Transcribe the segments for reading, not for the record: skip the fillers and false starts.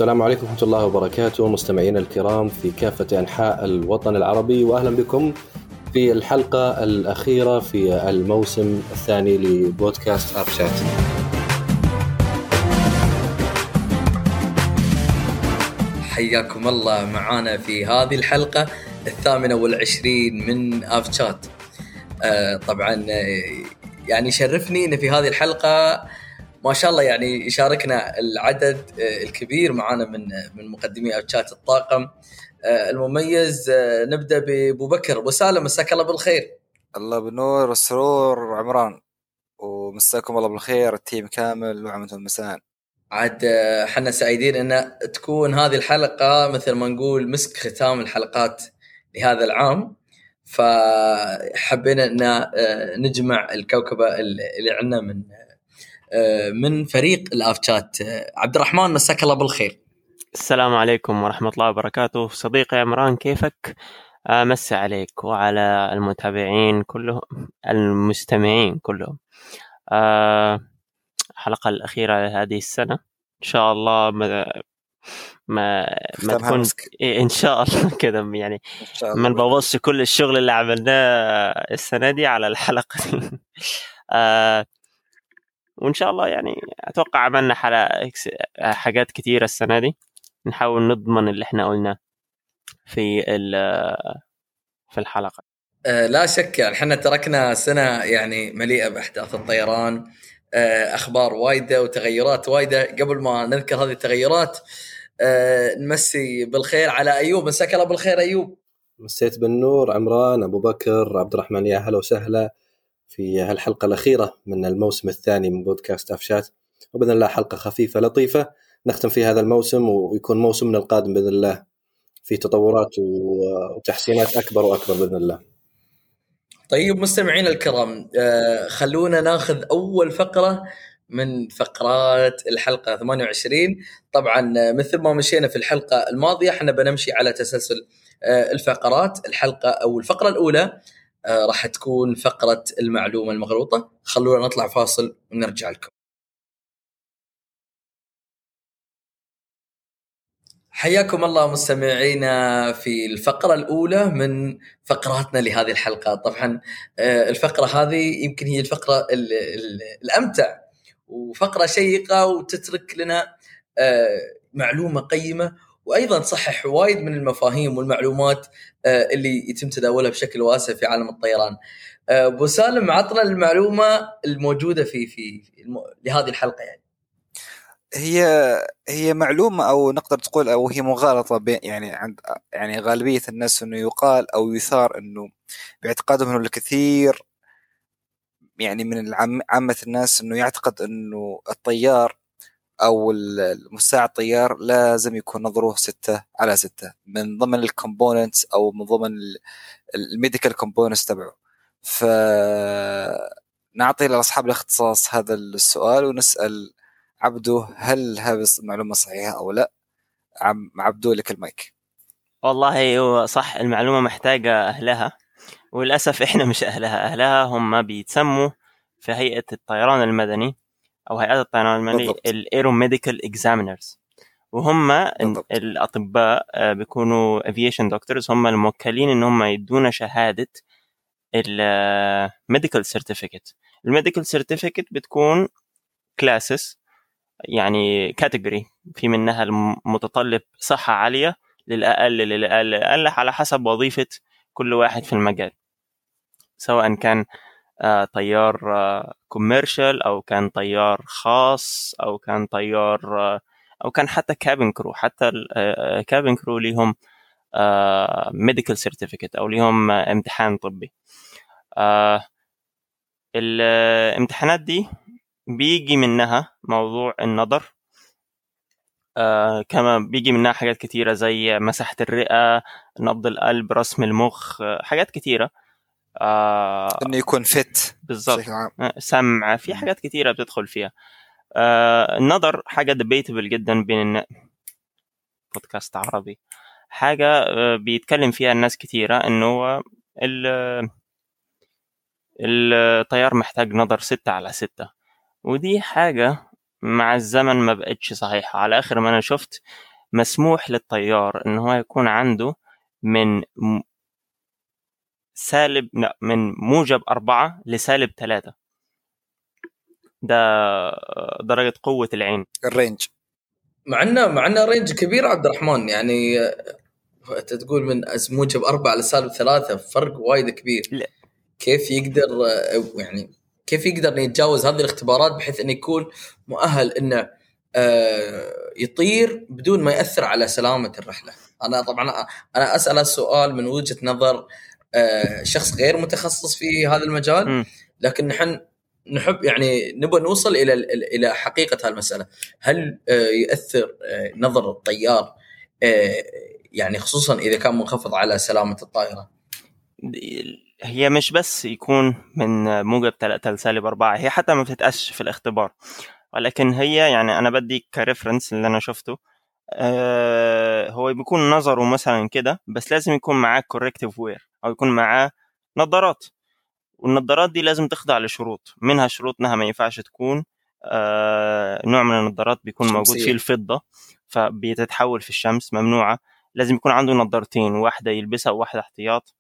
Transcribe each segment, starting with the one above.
السلام عليكم ورحمة الله وبركاته مستمعينا الكرام في كافة أنحاء الوطن العربي، وأهلا بكم في الحلقة الأخيرة في الموسم الثاني لبودكاست أفشات. حياكم الله معنا في هذه الحلقة 28 من أفشات. طبعا يعني شرفني أن في هذه الحلقة ما شاء الله يعني يشاركنا العدد الكبير معنا من مقدمي أفشات الطاقم المميز. نبدأ بأبو بكر. أبو سالم، مساك الله بالخير. الله بالنور والسرور عمران، ومساكم الله بالخير التيم كامل وعمتهم مساء. عاد حنا سعيدين أن تكون هذه الحلقة مثل ما نقول مسك ختام الحلقات لهذا العام، فحبينا أن نجمع الكوكبة اللي عندنا من فريق الأفشات. عبد الرحمن، مساك الله بالخير. السلام عليكم ورحمة الله وبركاته. صديقي عمران، كيفك؟ مسي عليك وعلى المتابعين كلهم، المستمعين كلهم. الحلقة الأخيرة لهذه السنة إن شاء الله ما تكون إن شاء الله كذا، يعني ما نبوظش كل الشغل اللي عملناه السنة دي على الحلقة دي. وإن شاء الله يعني أتوقع عملنا حاجات كتيرة السنة دي، نحاول نضمن اللي احنا قلنا في الحلقة. لا شك يعني احنا تركنا سنة يعني مليئة بأحداث الطيران، أخبار وايدة وتغيرات وايدة. قبل ما نذكر هذه التغيرات نمسي بالخير على أيوب. مساك الله بالخير أيوب. مسيت بالنور عمران، أبو بكر، عبد الرحمن، يا هلا وسهلا في هالحلقة الأخيرة من الموسم الثاني من بودكاست أفشات، وبإذن الله حلقة خفيفة لطيفة نختم في هذا الموسم، ويكون موسمنا القادم بإذن الله في تطورات وتحسينات أكبر وأكبر بإذن الله. طيب مستمعين الكرام، خلونا ناخذ أول فقرة من فقرات الحلقة 28. طبعا مثل ما مشينا في الحلقة الماضية احنا بنمشي على تسلسل الفقرات. الحلقة أو الفقرة الأولى راح تكون فقرة المعلومة المغلوطة. خلونا نطلع فاصل ونرجع لكم. حياكم الله مستمعينا في الفقرة الأولى من فقراتنا لهذه الحلقة. طبعا الفقرة هذه يمكن هي الفقرة الأمتع وفقرة شيقة وتترك لنا معلومة قيمة، وأيضا تصحح وايد من المفاهيم والمعلومات اللي يتم تداولها بشكل واسع في عالم الطيران. أبو سالم، عطنا المعلومة الموجودة في لهذه الحلقة. يعني هي معلومة أو نقدر تقول أو هي مغالطة يعني عند يعني غالبية الناس إنه يقال أو يثار إنه باعتقادهم إنه الكثير يعني من عامة الناس إنه يعتقد إنه الطيار أو المساعد الطيار لازم يكون نظره 6/6 من ضمن الكومبوننتس أو من ضمن الميديكال كومبوننتس تبعه. فنعطي لأصحاب الاختصاص هذا السؤال ونسأل عبدو هل هذه المعلومة صحيحة أو لا. عبدو لك المايك. والله هو صح، المعلومة محتاجة أهلها، وللأسف إحنا مش أهلها هم بيتسموا في هيئة الطيران المدني أو هيئات الطيران المدني الأيروميديكال إكزامينرز، وهم الأطباء بيكونوا aviation doctors، هم الموكلين إن هم يدونا شهادة الميديكال سيرتيفيكت. الميديكال سيرتيفيكت بتكون كلاسز، يعني كاتيجوري، في منها المتطلب صحة عالية للأقل على حسب وظيفة كل واحد في المجال، سواء كان طيار كوميرشال أو كان طيار خاص أو كان طيار أو كان حتى كابين كرو. حتى الكابين كرو ليهم ميديكال سيرتيفيكت أو ليهم امتحان طبي. الامتحانات دي بيجي منها موضوع النظر، كما بيجي منها حاجات كتيرة زي مساحة الرئة، نبض القلب، رسم المخ، حاجات كتيرة. إنه يكون فت بالضبط، سمع، في حاجات كتيرة بتدخل فيها. النظر حاجة debatable جدا بين بودكاست عربي، حاجة بيتكلم فيها الناس كتيرة إنه الطيار محتاج نظر 6/6، ودي حاجة مع الزمن ما بقتش صحيحة. على آخر ما أنا شفت مسموح للطيار إنه هو يكون عنده من من -4 ل-3. ده درجة قوة العين الرينج. معنا رينج كبير عبد الرحمن، يعني انت تقول من -4 ل-3 فرق وايد كبير. لا. كيف يقدر يتجاوز هذه الاختبارات بحيث انه يكون مؤهل انه يطير بدون ما يأثر على سلامة الرحلة؟ انا طبعا انا اسأل السؤال من وجهة نظر شخص غير متخصص في هذا المجال، لكن نحب يعني نبغى نوصل الى حقيقة هالمسألة. هل يؤثر نظر الطيار يعني خصوصا اذا كان منخفض على سلامة الطائرة؟ هي مش بس يكون من -3 ل-4، هي حتى ما بتتقاس في الاختبار، ولكن هي يعني انا بدي كريفرنس اللي انا شفته. هو بيكون نظره مثلا كده، بس لازم يكون معاه كوركتيف وير او يكون معاه نظارات، والنظارات دي لازم تخضع لشروط، منها شروط انها ما ينفعش تكون نوع من النظارات بيكون شمسية. موجود فيه الفضة فبيتتحول في الشمس، ممنوعة. لازم يكون عنده نظارتين، واحدة يلبسها وواحدة احتياط.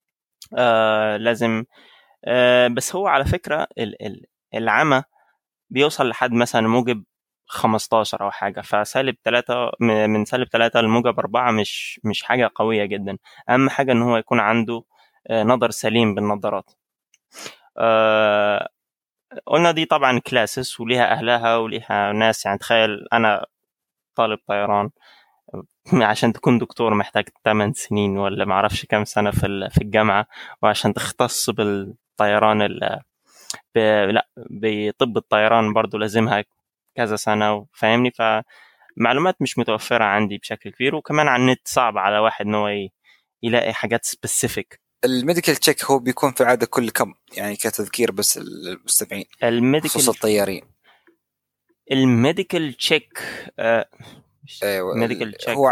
لازم بس هو على فكرة العمى بيوصل لحد مثلا -15 أو حاجة، -3 من -3 ل-4 مش حاجة قوية جدا. أهم حاجة إن هو يكون عنده نظر سليم بالنظارات. قلنا دي طبعا كلاسس وليها أهلها وليها ناس. يعني تخيل أنا طالب طيران، عشان تكون دكتور محتاج 8 سنين ولا معرفش كم سنة في الجامعة، وعشان تختص بالطيران لا بطب الطيران برضو لازمها كذا سنة، فاهمني؟ فمعلومات مش متوفرة عندي بشكل كبير، وكمان على النت صعب على واحد إنه يلاقي حاجات سبيسيفيك. الميديكال تشيك هو بيكون في عادة كل كم، يعني كتذكير بس المستمعين خصوص الطيارين. الميديكال تشيك هو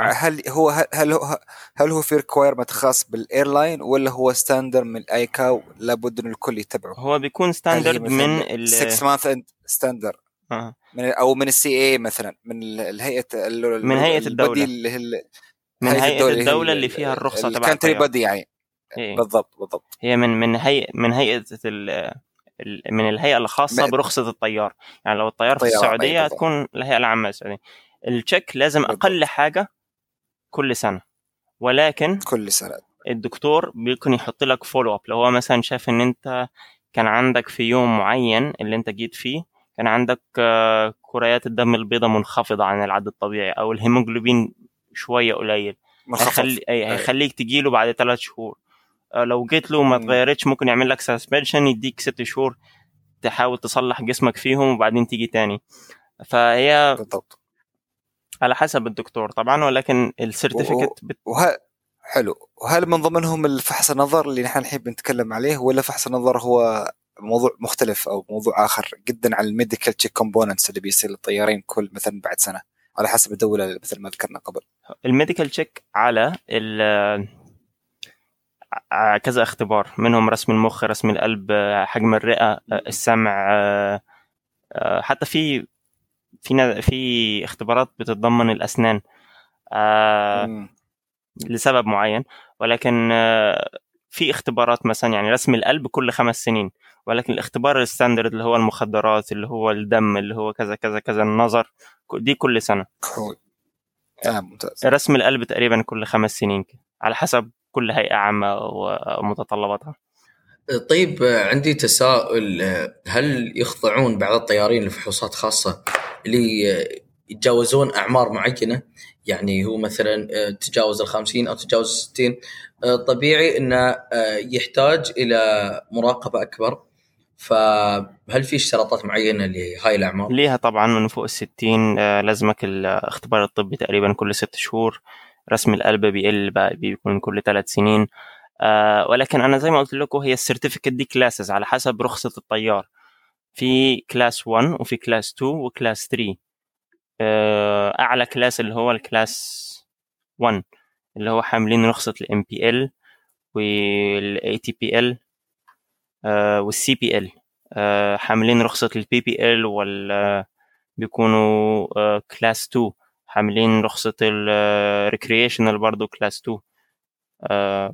هل هو في ريكوايرمنت خاص بالايرلاين، ولا هو ستاندر من الايكاو لابد ان الكل يتبعه؟ هو بيكون ستاندرد من 6 مانث ستاندر من السي اي مثلا، من الهيئه من هيئه الدوله، من هيئه الدوله اللي فيها الرخصه تبع الطيران يعني. إيه؟ بالضبط. هي من هيئه من الهيئه الخاصه برخصه الطيار. يعني لو الطيار في السعوديه هتكون الهيئه العامه السعوديه. التشيك لازم اقل حاجه كل سنه، ولكن كل سنه الدكتور بيكون يحط لك فولو اب. لو هو مثلا شاف ان انت كان عندك في يوم معين اللي انت جيت فيه كان عندك كريات الدم البيضاء منخفضه عن العدد الطبيعي، او الهيموجلوبين شويه قليل، هيخليك تجيله بعد 3 شهور. لو جيت له ما تغيرتش ممكن يعمل لك سسبنشن، يديك 6 شهور تحاول تصلح جسمك فيهم وبعدين تيجي تاني. فهي بالضبط على حسب الدكتور طبعا، ولكن السيرتيفيكت حلو. وهل من ضمنهم الفحص النظر اللي نحن الحين بنتكلم عليه، ولا فحص النظر هو موضوع مختلف او موضوع اخر جدا عن الميديكال تشيك كومبوننتس اللي بيصير للطيارين كل مثلا بعد سنه على حسب الدوله مثل ما ذكرنا قبل؟ الميديكال تشيك على كذا اختبار، منهم رسم المخ، رسم القلب، حجم الرئه، السمع، حتى في اختبارات بتتضمن الاسنان لسبب معين. ولكن في اختبارات مثلا يعني رسم القلب كل 5 سنين، ولكن الاختبار الستاندرد اللي هو المخدرات، اللي هو الدم، اللي هو كذا كذا كذا، النظر، دي كل سنة. ممتاز. رسم القلب تقريبا كل 5 سنين على حسب كل هيئة عامة ومتطلباتها. طيب عندي تساؤل، هل يخضعون بعض الطيارين لفحوصات خاصة اللي يتجاوزون أعمار معينة؟ يعني هو مثلا تجاوز 50 أو تجاوز 60، طبيعي أنه يحتاج إلى مراقبة أكبر. فهل في اشتراطات معينة لهاي الأعمار؟ ليها طبعا، من فوق 60 لازمك الاختبار الطبي تقريبا كل 6 شهور. رسم القلب بيقل بقى، بيكون كل 3 سنين. ولكن أنا زي ما قلت لكم هي السيرتيفيكت دي كلاسز على حسب رخصة الطيار. في كلاس 1 وفي كلاس 2 وكلاس 3. أعلى كلاس اللي هو الكلاس 1 اللي هو حاملين رخصة ال MPL وال ATPL وال CPL، حاملين رخصة ال PPL بيكونوا كلاس 2 حاملين رخصة الريكريشنال برضو كلاس 2.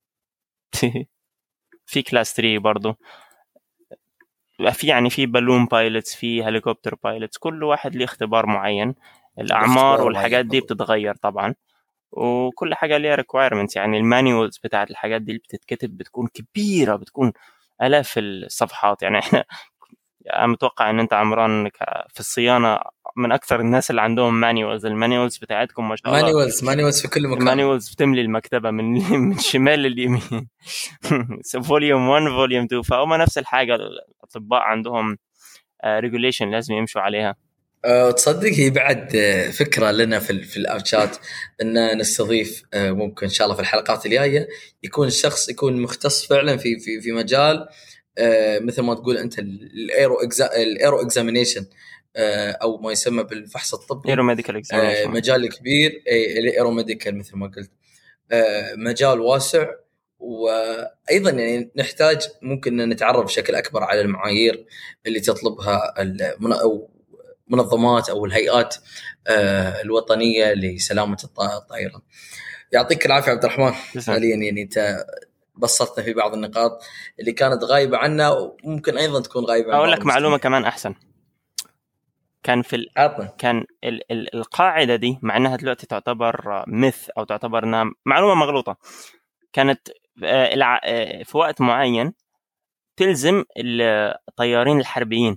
في كلاس 3 برضو، في يعني في بالون بايلوتس، في هليكوبتر بايلوتس، كل واحد ليه اختبار معين. الأعمار والحاجات دي بتتغير طبعا، وكل حاجة ليها requirements. يعني المانيوالز بتاعت الحاجات دي اللي بتتكتب بتكون كبيرة، بتكون آلاف الصفحات. يعني احنا أنا متوقع ان انت عمران في الصيانة من اكثر الناس اللي عندهم مانيوالز. المانيوالز بتاعتكم ما شاء الله، مانيوالز في كل مكان، المانيوالز بتملي المكتبة من شمال لليمين. فوليوم 1 فوليوم 2. فهم نفس الحاجة، الأطباء عندهم regulation لازم يمشوا عليها. تصدق هي بعد فكرة لنا في الأوتشات أن نستضيف ممكن إن شاء الله في الحلقات الجاية يكون الشخص يكون مختص فعلا في مجال مثل ما تقول أنت الإيرو إكزامينيشن أو ما يسمى بالفحص الطبي، إيرو ميديكال إكزامينيشن. مجال كبير، الإيرو ميديكال مثل ما قلت، مجال واسع. وأيضا يعني نحتاج ممكن نتعرف بشكل أكبر على المعايير اللي تطلبها منظمات أو الهيئات الوطنية لسلامة الطائرة. يعطيك العافية عبد الرحمن. فعليا يعني أنت بسطنا في بعض النقاط اللي كانت غايبة عنا وممكن أيضا تكون غايبة. أقول لك معلومة كمان أحسن. كان في كان القاعدة دي مع أنها دلوقتي تعتبر مث أو تعتبر إنها معلومة مغلوطة، كانت في وقت معين تلزم الطيارين الحربيين،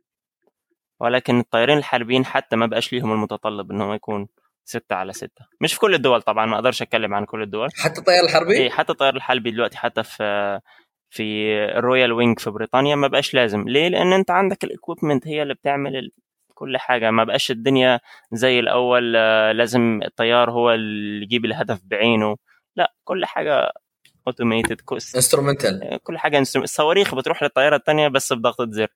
ولكن الطيارين الحربيين حتى ما بقاش ليهم المتطلب انهم يكون 6/6. مش في كل الدول طبعا، ما اقدرش اتكلم عن كل الدول. حتى الطيار الحربي ايه، حتى الطيار الحربي دلوقتي حتى في الرويال وينج في بريطانيا ما بقاش لازم. ليه؟ لان انت عندك الاكويبمنت هي اللي بتعمل كل حاجه. ما بقاش الدنيا زي الاول لازم الطيار هو اللي يجيب الهدف بعينه، لا، كل حاجه اوتوميتد، انسترومنتال، كل حاجه الصواريخ بتروح للطياره الثانيه بس بضغطه زر.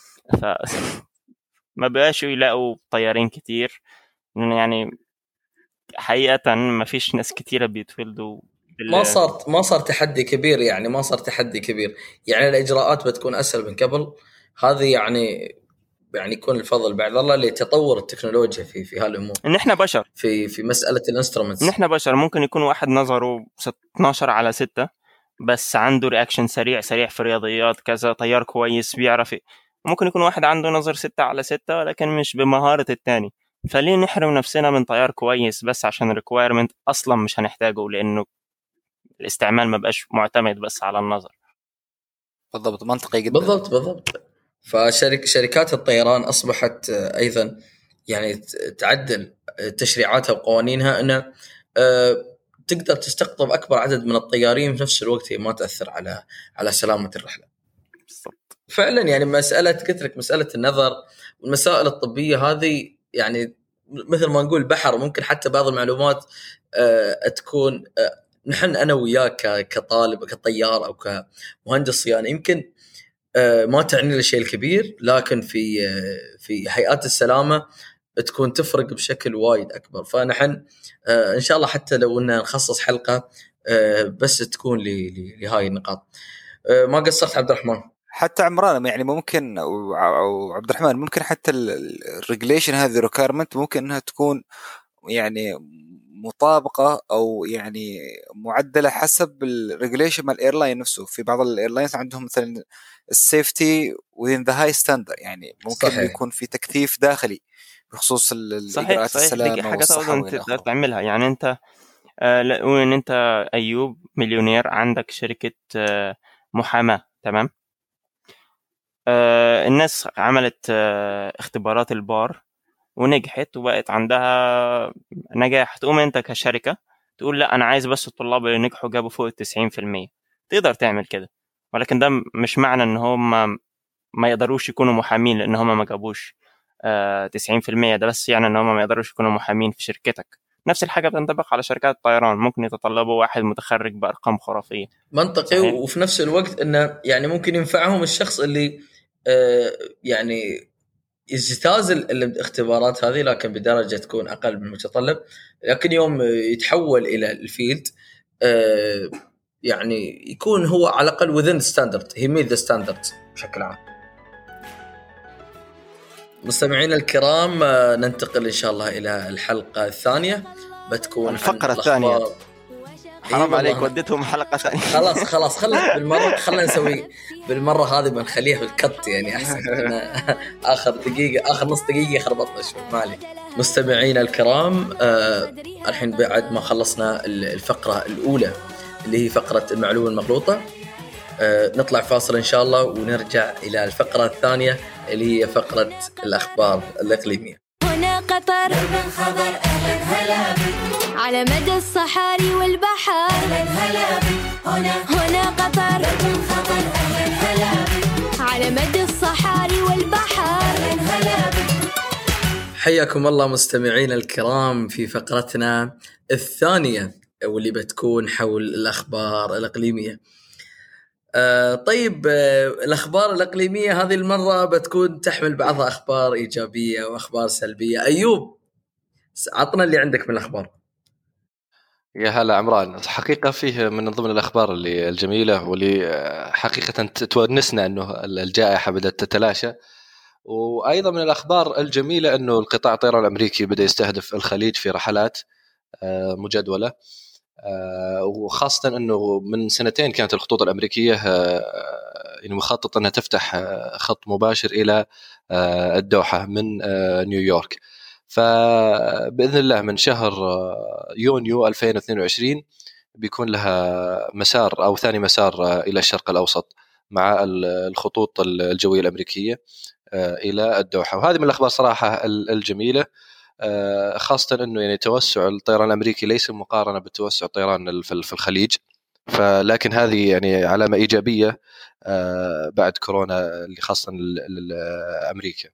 ما بقاش يلاقوا طيارين كتير، يعني حقيقة ما فيش ناس كتيرة بيتولدوا ما صار تحدي كبير، يعني ما صار تحدي كبير، يعني الإجراءات بتكون أسهل من قبل. هذه يعني يكون الفضل بعد الله لتطور التكنولوجيا في هالأمور. إن إحنا بشر في مسألة الانسترومنتس، إن إحنا بشر. ممكن يكون واحد نظره 12/6 بس عنده رياكشن سريع في الرياضيات كذا، طيار كويس بيعرف. ممكن يكون واحد عنده نظر 6/6 ولكن مش بمهارة التاني. فليه نحرم نفسنا من طيار كويس بس عشان الريكويرمنت أصلا مش هنحتاجه، لأنه الاستعمال ما بقاش معتمد بس على النظر. بالضبط، منطقي جدا. بالضبط. فشركات الطيران أصبحت أيضا يعني تعدل تشريعاتها وقوانينها أنها تقدر تستقطب أكبر عدد من الطيارين في نفس الوقت، ما تأثر على سلامة الرحلة. بالضبط. فعلا يعني مسألة النظر والمسائل الطبية هذه يعني مثل ما نقول بحر. ممكن حتى بعض المعلومات تكون نحن أنا وياك كطالب كطيار أو كمهندس صيانة يمكن ما تعني الشيء الكبير، لكن في هيئات السلامة تكون تفرق بشكل وايد أكبر. فنحن إن شاء الله حتى لو إن نخصص حلقة بس تكون لهاي النقاط. ما قصرت عبد الرحمن. حتى عمران يعني ممكن أو عبد الرحمن ممكن حتى الريجليشن هذه ريكويرمنت ممكن انها تكون يعني مطابقة او يعني معدلة حسب الريجليشن مع الايرلاين نفسه. في بعض الايرلاينز عندهم مثلا السيفتي within the high standard، يعني ممكن صحيح. يكون في تكثيف داخلي بخصوص الاجراءات السلامة والصحة والآخر. تعملها يعني انت لو انت ايوب مليونير عندك شركة محاماة، تمام، الناس عملت اختبارات البار ونجحت وبقت عندها نجاح. تقوم انت كشركة تقول لا انا عايز بس الطلاب اللي نجحوا جابوا فوق 90%. تقدر تعمل كده، ولكن ده مش معنى ان هم ما يقدروش يكونوا محامين لان هم ما جابوش 90%. ده بس يعني ان هم ما يقدروش يكونوا محامين في شركتك. نفس الحاجة بتنطبق على شركات الطيران، ممكن يتطلبوا واحد متخرج بأرقام خرافية. منطقي صحيح. وفي نفس الوقت انه يعني ممكن ينفعهم الشخص اللي يعني يجتاز الاختبارات هذه لكن بدرجة تكون أقل من المتطلب، لكن يوم يتحول إلى الفيلد يعني يكون هو على الأقل within standard، he meet the standard بشكل عام. مستمعين الكرام، ننتقل إن شاء الله إلى الحلقة الثانية. بتكون الفقرة الثانية. حرام عليك وديتهم حلقة ثانية. خلاص خلنا بالمرة، خلنا نسوي بالمرة هذه، بنخليها بالكت يعني أحسن. آخر دقيقة، آخر نص دقيقة خربطنا شوي، مالي. مستمعين الكرام، الحين بعد ما خلصنا الفقرة الأولى اللي هي فقرة المعلومة المغلوطة، نطلع فاصل إن شاء الله ونرجع إلى الفقرة الثانية اللي هي فقرة الأخبار الإقليمية. هنا قطر درب الخبر أهلا هلا بك، على مدى الصحاري والبحر أهلا هلا بك. هنا قطر درب الخبر أهلا هلا بك، على مدى الصحاري والبحر أهلا هلا بك. حياكم الله مستمعين الكرام في فقرتنا الثانية واللي بتكون حول الأخبار الإقليمية. طيب، الأخبار الإقليمية هذه المرة بتكون تحمل بعضها أخبار إيجابية وأخبار سلبية. أيوب، عطنا اللي عندك من الأخبار. يا هلا عمران. حقيقة فيه من ضمن الأخبار اللي الجميلة واللي حقيقة تونسنا أنه الجائحة بدأت تتلاشى، وأيضا من الأخبار الجميلة أنه القطاع الطيران الأمريكي بدأ يستهدف الخليج في رحلات مجدولة، وخاصة أنه من سنتين كانت الخطوط الأمريكية يعني مخططة أنها تفتح خط مباشر إلى الدوحة من نيويورك. فبإذن الله من شهر يونيو 2022 بيكون لها مسار أو ثاني مسار إلى الشرق الأوسط مع الخطوط الجوية الأمريكية إلى الدوحة. وهذه من الأخبار صراحة الجميلة، خاصة أنه يعني توسع الطيران الأمريكي ليس مقارنة بتوسع الطيران في الخليج، لكن هذه يعني علامة إيجابية بعد كورونا اللي خاصة لأمريكا.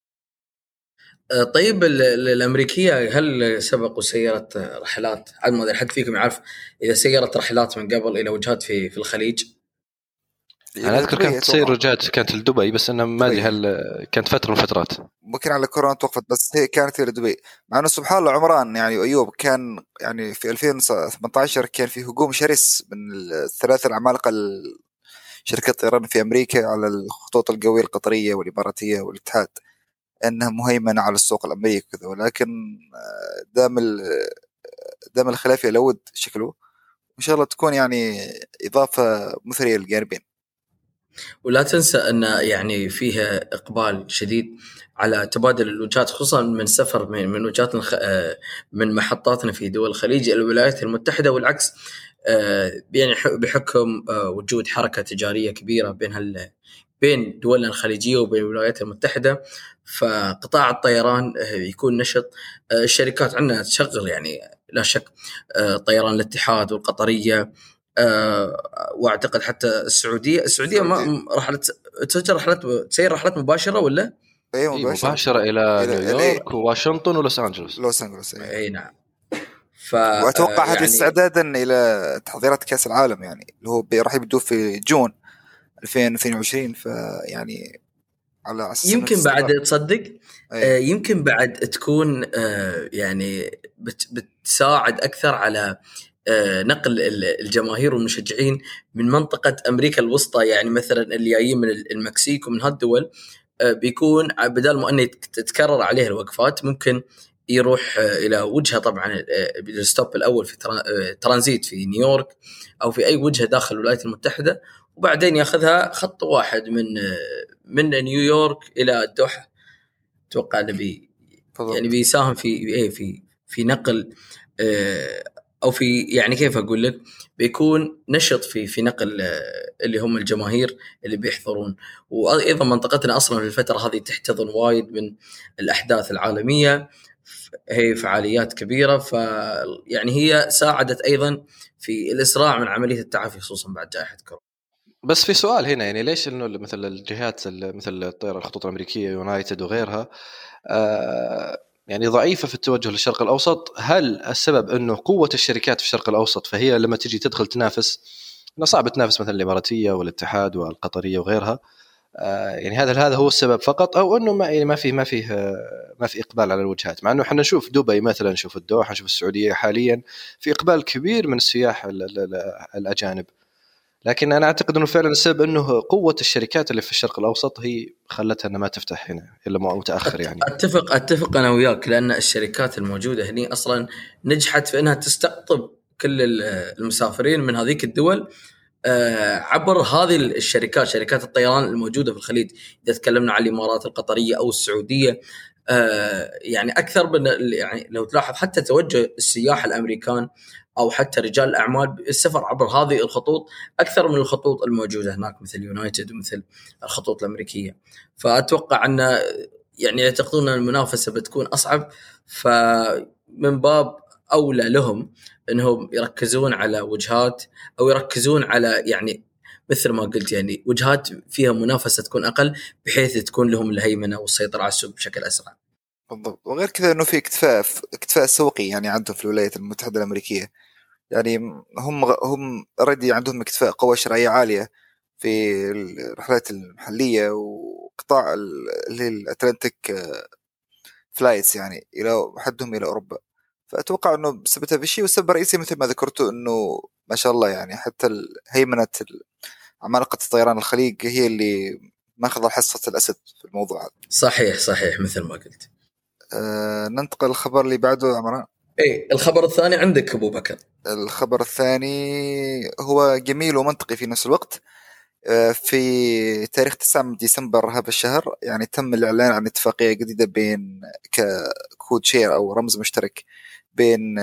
طيب، الأمريكية هل سبقوا سيارة رحلات؟ ما أدري حد فيكم يعرف إذا سيارة رحلات من قبل إلى وجهات في الخليج؟ أنا أذكر كانت تصير وجهات كانت لدبي، بس أنا ما أدري هل كانت فترة من فترات، ممكن على كورونا توقفت، بس هي كانت إلى دبي. مع أنه سبحان الله عمران يعني أيوب كان يعني في 2018 كان في هجوم شرس من الثلاثة العمالقة شركة الطيران في أمريكا على الخطوط الجوية القطرية والإماراتية والاتحاد أنها مهيمنة على السوق الأمريكي كذا، ولكن دام الخلاف يلود شكله، إن شاء الله تكون يعني إضافة مثرية للجانبين. ولا تنسى أن يعني فيها إقبال شديد على تبادل الوجهات، خصوصا من سفر من وجهات من محطاتنا في دول الخليج إلى الولايات المتحدة والعكس، يعني بحكم وجود حركة تجارية كبيرة بين دولنا الخليجية وبين الولايات المتحدة، فقطاع الطيران يكون نشط. الشركات عندنا تشغل يعني لا شك طيران الاتحاد والقطرية، واعتقد حتى السعوديه ما تسير رحلات مباشره ولا مباشره الى نيويورك وواشنطن ولوس انجلوس. اي نعم. واتوقع هذا يعني استعدادا الى تحضيرات كاس العالم يعني اللي هو راح يبدو في جون 2022، فيعني على اساس يمكن بعد تصدق يمكن بعد تكون يعني بتساعد اكثر على نقل الجماهير والمشجعين من منطقة أمريكا الوسطى، يعني مثلا اللي جايين من المكسيك ومن هالدول، بيكون بدل ما أن تتكرر عليه الوقفات ممكن يروح إلى وجهة، طبعا الستوب الأول في ترانزيت في نيويورك أو في أي وجهة داخل الولايات المتحدة، وبعدين يأخذها خط واحد من نيويورك إلى الدوحة. أتوقع أنه يعني بيساهم في نقل أو في يعني كيف أقول لك، بيكون نشط في نقل اللي هم الجماهير اللي بيحضرون. وأيضا منطقتنا أصلا في الفترة هذه تحتضن وايد من الأحداث العالمية، هي فعاليات كبيرة، يعني هي ساعدت أيضا في الإسراع من عملية التعافي خصوصا بعد جائحة كورونا. بس في سؤال هنا، يعني ليش إنه مثل الجهات مثل الطائرة الخطوط الأمريكية يونايتد وغيرها يعني ضعيفة في التوجه للشرق الأوسط؟ هل السبب أنه قوة الشركات في الشرق الأوسط، فهي لما تجي تدخل تنافس أنه صعب تنافس مثلا الإماراتية والاتحاد والقطرية وغيرها؟ يعني هذا هو السبب فقط، أو أنه ما في إقبال على الوجهات؟ مع أنه احنا نشوف دبي مثلا، نشوف الدوحة، نشوف السعودية حاليا في إقبال كبير من السياح الأجانب. لكن انا اعتقد انه فعلا السبب انه قوه الشركات اللي في الشرق الاوسط هي خلتها انها ما تفتح هنا الا متاخر يعني. اتفق انا وياك، لان الشركات الموجوده هنا اصلا نجحت في انها تستقطب كل المسافرين من هذيك الدول عبر هذه الشركات، شركات الطيران الموجوده في الخليج. اذا تكلمنا عن الامارات القطريه او السعوديه، يعني اكثر من يعني لو تلاحظ حتى توجه السياح الامريكان او حتى رجال الاعمال السفر عبر هذه الخطوط اكثر من الخطوط الموجوده هناك مثل يونايتد ومثل الخطوط الامريكيه. فاتوقع ان يعني يعتقدون ان المنافسه بتكون اصعب، فمن باب اولى لهم انهم يركزون على وجهات او يركزون على يعني مثل ما قلت يعني وجهات فيها منافسه تكون اقل، بحيث تكون لهم الهيمنه والسيطره على السوق بشكل اسرع. بالضبط. وغير كذا انه في اكتفاء سوقي يعني عندهم في الولايات المتحده الامريكيه، يعني هم اوريدي عندهم اكتفاء قوه شرائيه عاليه في الرحلات المحليه وقطاع اللي هي الاتلانتيك فلايتس يعني الى حدهم الى اوروبا. فاتوقع انه سببها في شيء، والسبب الرئيسي مثل ما ذكرته انه ما شاء الله يعني حتى هيمنه عمالقه الطيران الخليج هي اللي ماخذ حصه الاسد في الموضوع هذا. صحيح مثل ما قلت. ننتقل الخبر اللي بعده عمران. ايه الخبر الثاني عندك ابو بكر؟ الخبر الثاني هو جميل ومنطقي في نفس الوقت. في تاريخ 9 ديسمبر هذا الشهر يعني تم الإعلان عن اتفاقية جديدة بين كود شير أو رمز مشترك بين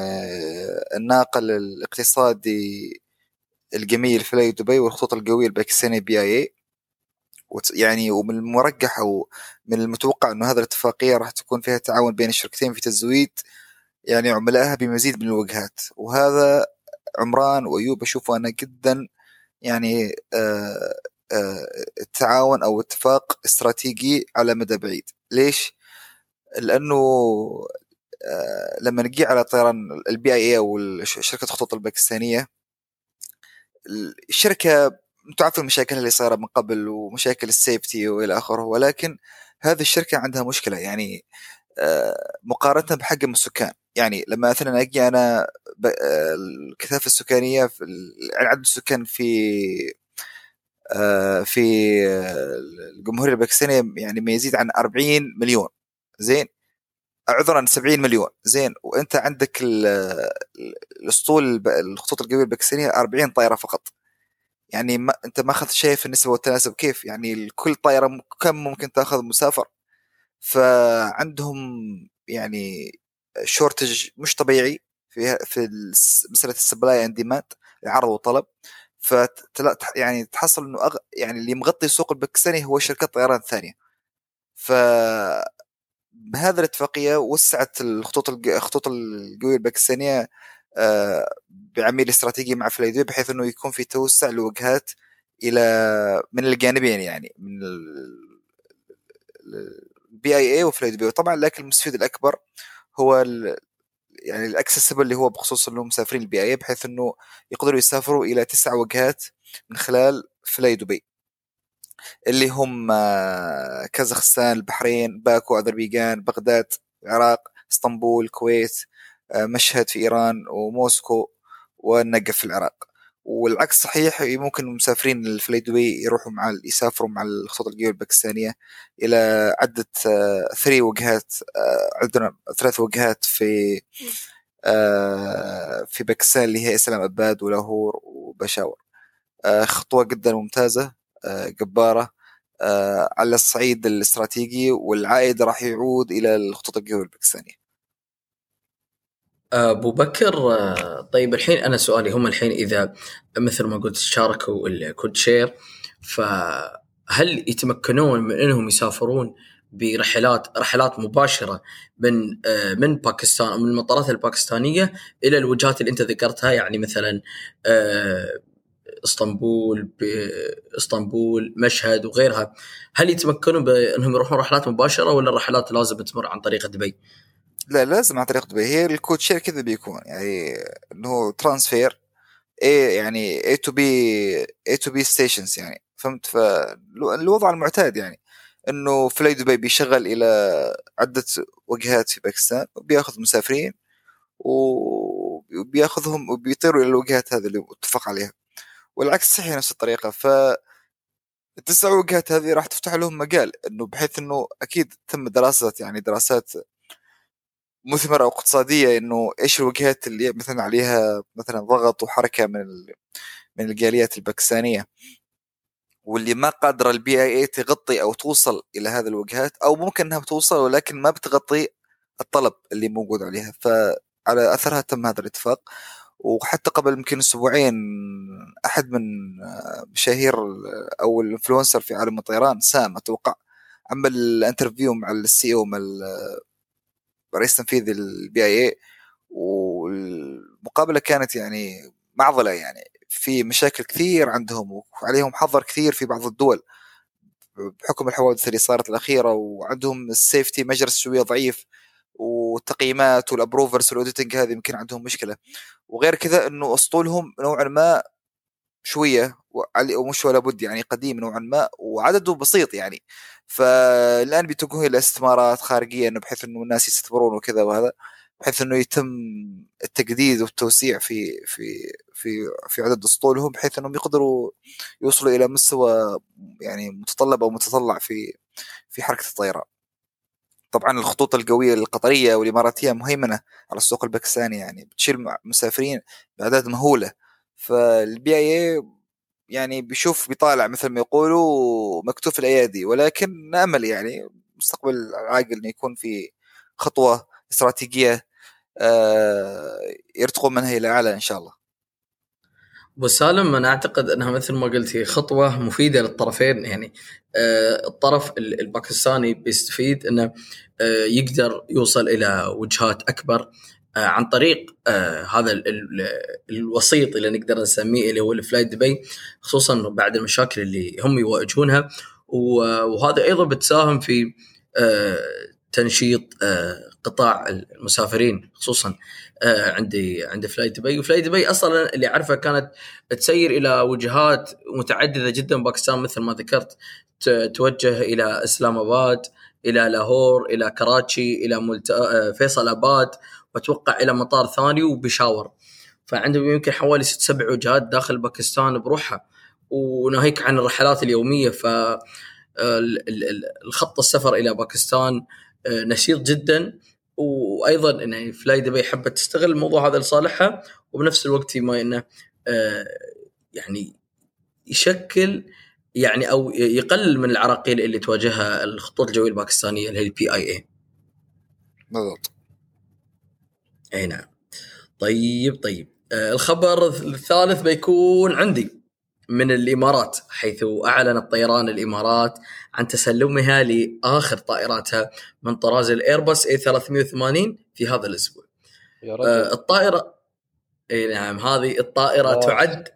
الناقل الاقتصادي الجميل فلاي دبي والخطوط القوية الباكستانية BIA. يعني ومن المرجح أو من المتوقع أنه هذه الاتفاقية راح تكون فيها تعاون بين الشركتين في تزويد يعني عملائها بمزيد من الوجهات. وهذا عمران وأيوب أشوفه أنا جدا يعني التعاون أو اتفاق استراتيجي على مدى بعيد. ليش؟ لأنه لما نجي على طيران BIA أو شركة خطوط الباكستانية، الشركة تعرف المشاكل اللي صايرة من قبل ومشاكل السيفتي وإلى آخره، ولكن هذه الشركة عندها مشكلة يعني مقارنة بحجم السكان. يعني لما مثلا أجي أنا الكثافة السكانية في عدد السكان في الجمهورية الباكستانية يعني ما يزيد عن 40 مليون، زين، عذرا 70 مليون، زين، وانت عندك الاسطول الخطوط القوية الباكستانية 40 طائرة فقط. يعني انت ما اخذت شيء في النسبة والتناسب كيف يعني كل طائرة كم ممكن تاخذ مسافر. فعندهم يعني شورتج مش طبيعي في مسألة السبلاي اند ديماند، العرض والطلب. يعني تحصل انه يعني اللي مغطي السوق الباكستاني هو شركات طيران ثانية. فبهذا الاتفاقية وسعت الخطوط القوية الباكستانية بعميل استراتيجي مع فلاي بحيث انه يكون في توسع لوجهات الى من الجانبين يعني من BIA وفلاي دبي. وطبعا لكن المستفيد الاكبر هو يعني الاكسسبل اللي هو بخصوص انه مسافرين BIA، بحيث انه يقدروا يسافروا الى 9 وجهات من خلال فلاي دبي اللي هم كازاخستان، البحرين، باكو، اذربيجان، بغداد، العراق، اسطنبول، الكويت، مشهد في ايران، وموسكو، والنقف في العراق. والعكس صحيح، ممكن المسافرين الفلاي دبي يسافروا مع الخطوط القوية الباكستانية إلى عدة 3 وجهات، عندنا 3 وجهات في باكستان اللي هي إسلام أباد ولاهور وبشاور. خطوة جدا ممتازة جبارة على الصعيد الاستراتيجي، والعائد راح يعود إلى الخطوط القوية الباكستانية. أبو بكر، طيب الحين أنا سؤالي هم الحين إذا مثل ما قلت شاركوا الكود شير، فهل يتمكنون من أنهم يسافرون رحلات مباشرة من باكستان أو من المطارات الباكستانية إلى الوجهات اللي أنت ذكرتها، يعني مثلا اسطنبول، مشهد وغيرها؟ هل يتمكنون بأنهم يروحون رحلات مباشرة ولا الرحلات لازم تمر عن طريق دبي؟ لا، لازم عن طريق دبي. هي الكود شير كذا بيكون يعني انه ترانسفير يعني A to B stations يعني، فهمت؟ فالوضع المعتاد يعني انه فلاي دبي بيشغل الى عدة وجهات في باكستان وبياخذ مسافرين وبياخذهم وبيطيروا الى الوجهات هذه اللي اتفق عليها. والعكس صحيح نفس الطريقة. التسع وجهات هذه راح تفتح لهم مجال انه بحيث انه اكيد تم دراسات يعني دراسات مثمرة او اقتصادية انه ايش الوجهات اللي مثلا عليها مثلا ضغط وحركة من الجاليات الباكستانية، واللي ما قادرة البي اي اي تغطي او توصل الى هذه الوجهات، او ممكن انها بتوصل ولكن ما بتغطي الطلب اللي موجود عليها. فعلى اثرها تم هذا الاتفاق. وحتى قبل يمكن اسبوعين احد من مشاهير او الانفلونسر في عالم الطيران سام اتوقع عمل انترفيو مع السي او مع رئيس تنفيذي البي اي اي، والمقابله كانت يعني معضله، يعني في مشاكل كثير عندهم وعليهم حظر كثير في بعض الدول بحكم الحوادث اللي صارت الاخيره، وعندهم السيفتي مجرس شويه ضعيف، والتقييمات والابروفرز والاوديتنج هذه يمكن عندهم مشكله. وغير كذا انه اسطولهم نوعا ما شويه ومش ولا بد يعني قديم نوعا ما وعدده بسيط يعني. فالان بيتوجهوا الى استثمارات خارجيه انه بحيث انه الناس يستثمرون وكذا، وهذا بحيث انه يتم التجديد والتوسيع في عدد اسطولهم، بحيث انهم يقدروا يوصلوا الى مستوى يعني متطلب او متطلع في حركه الطيران. طبعا الخطوط القويه القطريه والاماراتيه مهيمنه على السوق الباكستاني، يعني بتشيل مسافرين باعداد مهوله. فالبي اي يعني بيطالع مثل ما يقولوا مكتوف الايادي، ولكن نامل يعني مستقبل عاجل انه يكون في خطوه استراتيجيه يرتقون منها الى اعلى ان شاء الله. وسالم انا اعتقد انها مثل ما قلتي خطوه مفيده للطرفين، يعني الطرف الباكستاني بيستفيد انه يقدر يوصل الى وجهات اكبر عن طريق هذا الوسيط اللي نقدر نسميه اللي هو الفلايت دبي، خصوصا بعد المشاكل اللي هم يواجهونها. وهذا ايضا بتساهم في تنشيط قطاع المسافرين خصوصا عند فلايت دبي. وفلايت دبي اصلا اللي عارفه كانت تسير الى وجهات متعدده جدا باكستان مثل ما ذكرت، توجه الى اسلام اباد، الى لاهور، الى كراتشي، الى فيصل اباد، واتوقع الى مطار ثاني وبشاور. فعندهم يمكن حوالي 6-7 وجهات داخل باكستان بروحها، وناهيك عن الرحلات اليوميه. ف الخط السفر الى باكستان نشيط جدا، وايضا ان فلاي دبي حبت تستغل الموضوع هذا لصالحها، وبنفس الوقت ما انه يعني يشكل يعني او يقلل من العراقيل اللي تواجهها الخطوط الجويه الباكستانيه اللي هي البي اي اي. بالضبط. اي نعم. طيب الخبر الثالث بيكون عندي من الإمارات، حيث أعلنت طيران الإمارات عن تسلمها لآخر طائراتها من طراز الإيرباص A380 في هذا الأسبوع. الطائرة نعم هذه الطائرة تعد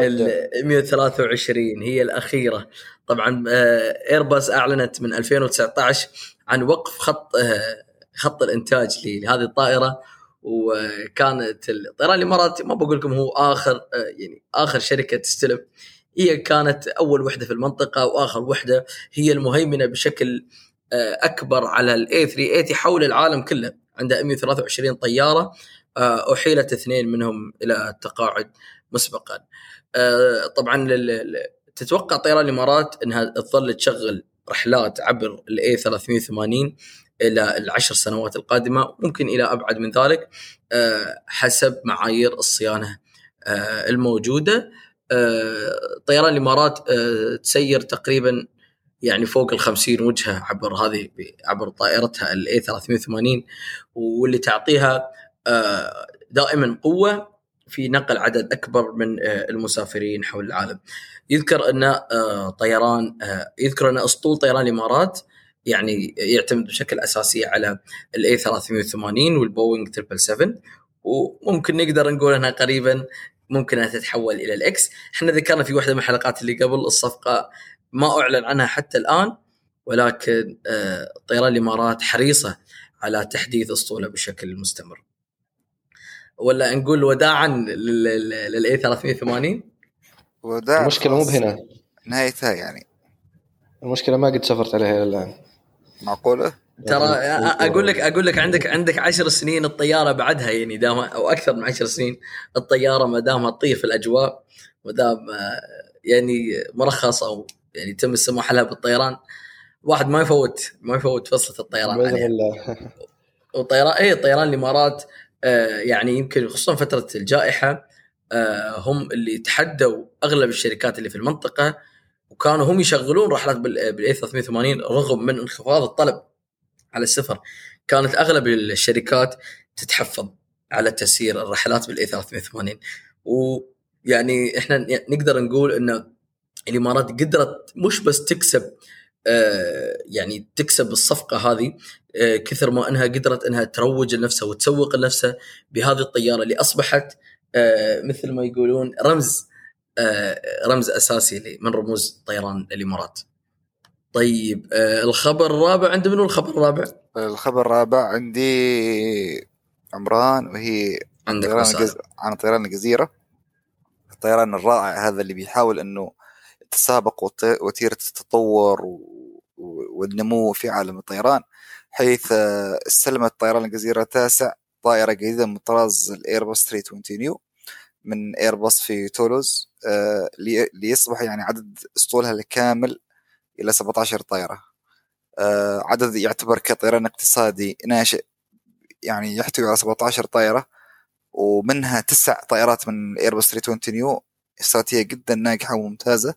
123 هي الأخيرة. طبعا إيرباص أعلنت من 2019 عن وقف خط الإنتاج لهذه الطائرة، وكانت الطيران الإمارات ما بقول لكم هو آخر شركة تستلم، هي كانت أول وحدة في المنطقة وآخر وحدة، هي المهيمنة بشكل أكبر على ال A380 حول العالم كله. عندها 123 طيارة، أحيلت 2 منهم إلى التقاعد مسبقا. طبعا تتوقع طيران الإمارات أنها تظل تشغل رحلات عبر ال A380 إلى 10 سنوات القادمة، ممكن إلى أبعد من ذلك حسب معايير الصيانة الموجودة. طيران الإمارات تسير تقريبا يعني فوق 50 وجهة عبر طائرتها ال A380، واللي تعطيها دائما قوة في نقل عدد أكبر من المسافرين حول العالم. يذكر أن أسطول طيران الإمارات يعني يعتمد بشكل أساسي على ال A380 والبوينغ 777، وممكن نقدر نقول أنها قريبا ممكن أن تتحول إلى الإكس. احنا ذكرنا في واحدة من الحلقات اللي قبل الصفقة ما أعلن عنها حتى الآن، ولكن طيران الإمارات حريصة على تحديث أسطولة بشكل مستمر. ولا نقول وداعا لل A380؟ المشكلة مو بهنا، نهايتها يعني المشكلة ما قد سافرت عليها إلى الآن. معقولة؟ ترى اقول لك عندك 10 سنين الطياره بعدها، يعني دام او اكثر من 10 سنين الطياره ما دامها تطير في الاجواء، ما دام يعني مرخص او يعني تم السماح لها بالطيران، واحد ما يفوت فصلة الطيران عليها. والطيران طيران الامارات يعني يمكن خصوصا فترة الجائحة هم اللي تحدوا اغلب الشركات اللي في المنطقة، وكانوا هم يشغلون رحلات بالاي 380 رغم من انخفاض الطلب على السفر. كانت اغلب الشركات تتحفظ على تسيير الرحلات بالاي 380. ويعني احنا نقدر نقول ان الامارات قدرت مش بس تكسب يعني تكسب الصفقة هذه كثر ما أنها قدرت أنها تروج لنفسها وتسوق لنفسها بهذه الطيارة اللي أصبحت مثل ما يقولون رمز أساسي من رموز طيران الإمارات. طيب الخبر الرابع عند منو؟ الخبر الرابع عندي عمران، وهي عن طيران الجزيرة، الطيران الرائع هذا اللي بيحاول أنه تسابق وتيرة التطور والنمو في عالم الطيران، حيث استلمت طيران الجزيرة 9 طائرة جديدة من طراز الإيرباص 320 نيو من إيرباص في تولوز، ليصبح يعني عدد اسطولها الكامل إلى 17 طائرة. عدد يعتبر كطيران اقتصادي ناشئ، يعني يحتوي على 17 طائرة، ومنها 9 طائرات من إيرباص 320 نيو استراتيجية جدا ناجحة وممتازة،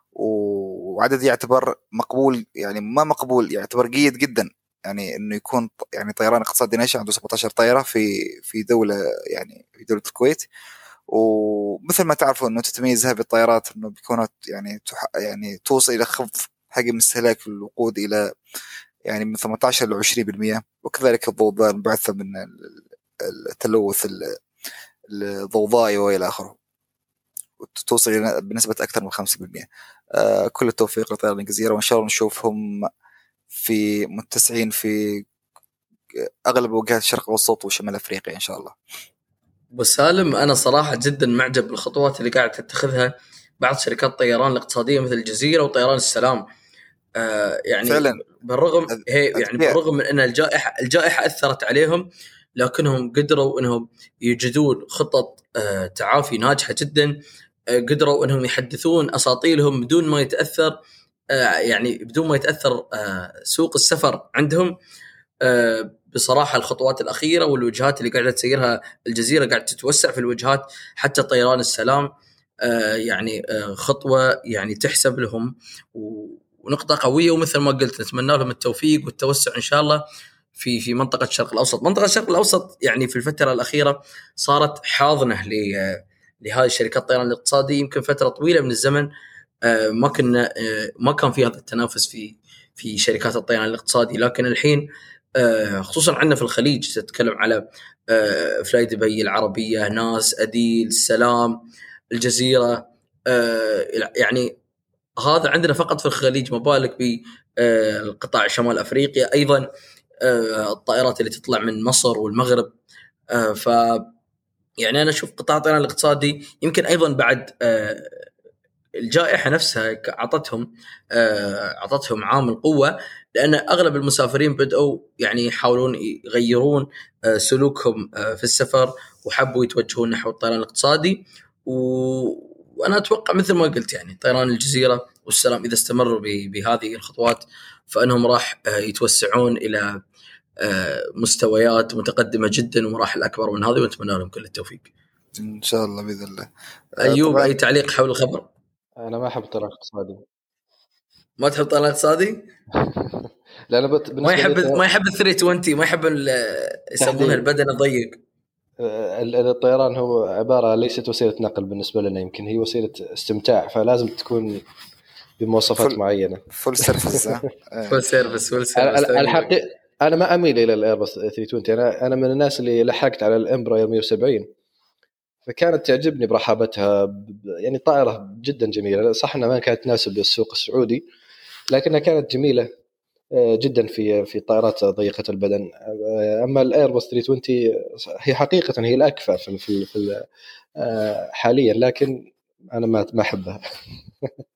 وعدد يعتبر مقبول، يعني ما مقبول، يعتبر جيد جدا، يعني انه يكون يعني طيران اقتصادي ناشئ عنده 17 طائرة في دولة، يعني في دولة الكويت. ومثل ما تعرفوا انه تتميز هذه الطائرات انه بيكونوا يعني توصل الى خفض حجم استهلاك الوقود الى يعني من 18 ل 20%، وكذلك الضوضاء المبعثة من التلوث الضوضائي والى اخره توصل بنسبة أكثر من 5%. كل التوفيق لطيران الجزيرة، وإن شاء الله نشوفهم في متسعين في أغلب وجهات الشرق الأوسط وشمال أفريقيا إن شاء الله. وسالم، أنا صراحة جدا معجب بالخطوات اللي قاعد تتخذها بعض شركات الطيران الاقتصادية مثل الجزيرة وطيران السلام. يعني فعلا بالرغم من أن الجائحة أثرت عليهم، لكنهم قدروا أنهم يوجدون خطط تعافي ناجحة جدا، قدروا أنهم يحدثون أساطيلهم بدون ما يتأثر سوق السفر عندهم. بصراحة الخطوات الأخيرة والوجهات اللي قاعدة تسيرها الجزيرة قاعدة تتوسع في الوجهات، حتى طيران السلام يعني خطوة يعني تحسب لهم ونقطة قوية. ومثل ما قلت نتمنى لهم التوفيق والتوسع إن شاء الله في منطقة الشرق الأوسط. منطقة الشرق الأوسط يعني في الفترة الأخيرة صارت حاضنة لهذه الشركات الطيران الاقتصادي. يمكن فترة طويلة من الزمن ما كان في هذا التنافس في شركات الطيران الاقتصادي، لكن الحين خصوصا عندنا في الخليج تتكلم على فلاي دبي العربية، ناس، أديل، السلام، الجزيرة، يعني هذا عندنا فقط في الخليج، ما بالك بالقطاع شمال أفريقيا أيضا الطائرات اللي تطلع من مصر والمغرب. ف يعني أنا أشوف قطاع الطيران الاقتصادي يمكن أيضا بعد الجائحة نفسها عطتهم عامل قوة، لأن أغلب المسافرين بدأوا يعني يحاولون يغيرون سلوكهم في السفر، وحبوا يتوجهون نحو الطيران الاقتصادي. وأنا أتوقع مثل ما قلت يعني طيران الجزيرة والسلام إذا استمروا بهذه الخطوات فإنهم راح يتوسعون إلى مستويات متقدمة جدا ومراحل أكبر من هذه، ونتمنى لهم كل التوفيق إن شاء الله بإذن الله. أيوب، أي تعليق حول الخبر؟ أنا ما أحب الطيران الاقتصادي. ما تحب الطيران الاقتصادي؟ لا أنا ما يحب 320، ما يحب يسمونها البدن الضيق. الطيران هو عبارة ليست وسيلة نقل بالنسبة لنا، يمكن هي وسيلة استمتاع، فلازم تكون بمواصفات معينة. فول سيرفيس. فول سيرفيس. الحقيقة أنا ما أميل إلى الإيرباص 320. أنا من الناس اللي لحقت على الإمبراير 170، فكانت تعجبني برحابتها، يعني طائرة جدا جميلة. صح أنها ما كانت تناسب السوق السعودي، لكنها كانت جميلة جدا في طائرات ضيقة البدن. أما الإيرباص 320 هي حقيقة هي الأكفأ في حاليا، لكن أنا ما أحبها.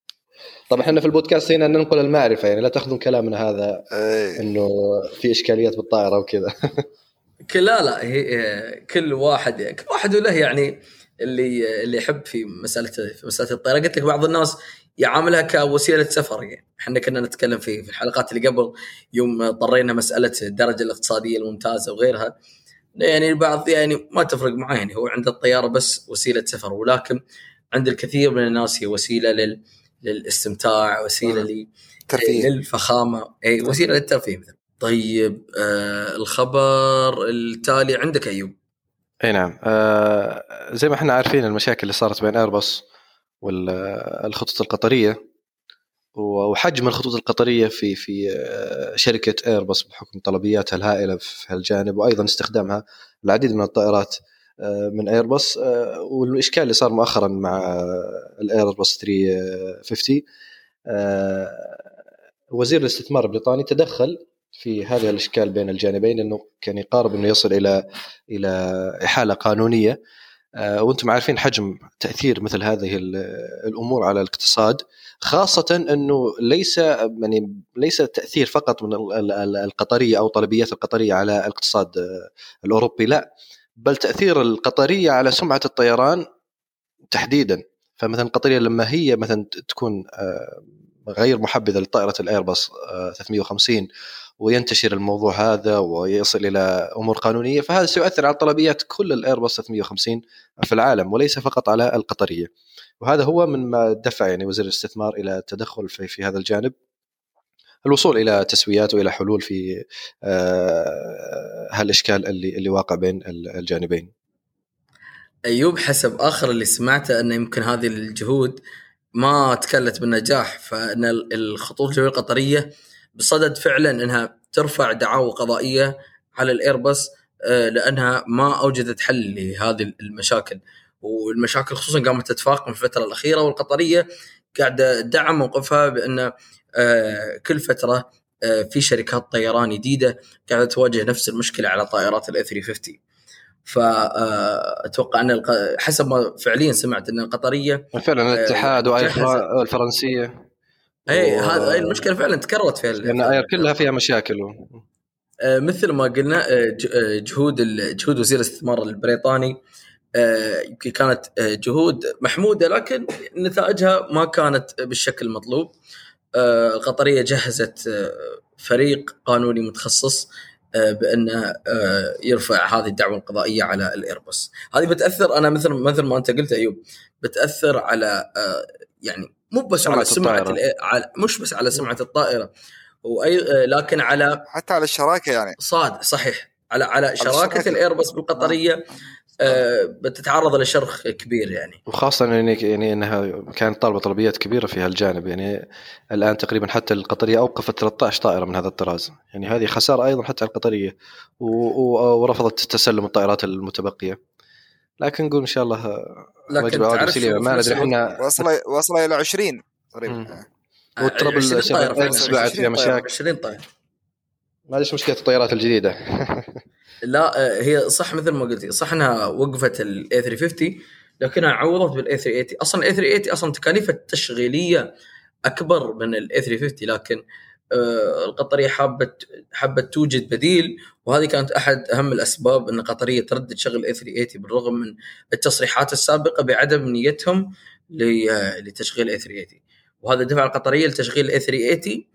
طبعا احنا في البودكاست هنا ننقل المعرفة، يعني لا تأخذون كلامنا هذا انه في اشكاليات بالطائرة وكذا. لا هي كل واحد وله يعني اللي يحب في مسألة الطائرة. قلت لك بعض الناس يعاملها كوسيلة سفر. يعني احنا كنا نتكلم في الحلقات اللي قبل يوم طرينا مسألة الدرجة الاقتصادية الممتازة وغيرها، يعني البعض يعني ما تفرق معاه، يعني هو عند الطيارة بس وسيلة سفر، ولكن عند الكثير من الناس هي وسيلة للاستمتاع، وسيلة للفخامة، أي وسيلة للترفيه مثلا. طيب الخبر التالي عندك أيوب. اي نعم. زي ما احنا عارفين المشاكل اللي صارت بين ايرباص والخطوط القطرية، وحجم الخطوط القطرية في شركة ايرباص بحكم طلبياتها الهائلة في هالجانب، وأيضا استخدامها العديد من الطائرات من ايرباص، والإشكال اللي صار مؤخرا مع الايرباص 350. وزير الاستثمار البريطاني تدخل في هذا الإشكال بين الجانبين، أنه كان يقارب أنه يصل إلى إحالة قانونية. وأنتم عارفين حجم تأثير مثل هذه الأمور على الاقتصاد، خاصة أنه ليس تأثير فقط من القطرية أو طلبيات القطرية على الاقتصاد الأوروبي، لا، بل تأثير القطرية على سمعة الطيران تحديدا. فمثلا القطرية لما هي مثلا تكون غير محبذة لطائرة الإيرباص 350 وينتشر الموضوع هذا ويصل إلى أمور قانونية، فهذا سيؤثر على طلبيات كل الإيرباص 350 في العالم وليس فقط على القطرية. وهذا هو من ما دفع يعني وزير الاستثمار إلى التدخل في هذا الجانب، الوصول إلى تسويات وإلى حلول في هالإشكال اللي واقع بين الجانبين. أيوب، حسب آخر اللي سمعته أنه يمكن هذه الجهود ما تكلت بالنجاح، فإن الخطوط الجوية القطرية بصدد فعلا أنها ترفع دعاوى قضائية على الإيرباص لأنها ما أوجدت حل لهذه المشاكل، والمشاكل خصوصا قامت تتفاقم في الفترة الأخيرة، والقطرية قاعدة تدعم موقفها بأن كل فترة في شركات طيران جديدة قاعدة تواجه نفس المشكلة على طائرات ال350. فأتوقع أن حسب ما فعليا سمعت أن القطرية فعلا الاتحاد والفرنسية هذه المشكلة فعلا تكررت فيها، لأن أير كلها فيها مشاكل. مثل ما قلنا جهود وزير الاستثمار البريطاني يمكن كانت جهود محمودة، لكن نتائجها ما كانت بالشكل المطلوب. القطرية جهزت فريق قانوني متخصص بأنه يرفع هذه الدعوة القضائية على الإيرباص. هذه بتأثر، أنا مثل ما أنت قلت أيوب، بتأثر على يعني مو بس على سمعة مش بس على سمعة الطائرة، لكن على حتى على الشراكة، يعني صحيح على شراكة الإيرباص بالقطرية. بتتعرض لشرخ كبير يعني، وخاصة يعني أنها كانت طالبة طلبيات كبيرة في هالجانب. يعني الآن تقريبا حتى القطرية أوقفت 13 طائرة من هذا الطراز، يعني هذه خسارة أيضا حتى القطرية، ورفضت تسلم الطائرات المتبقية. لكن نقول إن شاء الله لكن تعرف ما ندري إحنا وصل إلى 20 تقريبا، والتربل 7 فيها مشاكل 20 طائرة. ما ليش مشكلة الطائرات الجديدة. لا هي صح مثل ما قلتي، صح انها وقفت ال A350 لكنها عوضت بال A380. اصلا ال A380 اصلا تكاليفه التشغيليه اكبر من ال A350، لكن القطريه حابت توجد بديل، وهذه كانت احد اهم الاسباب ان القطريه تردد شغل A380 بالرغم من التصريحات السابقه بعدم نيتهم لتشغيل A380. وهذا دفع القطريه لتشغيل A380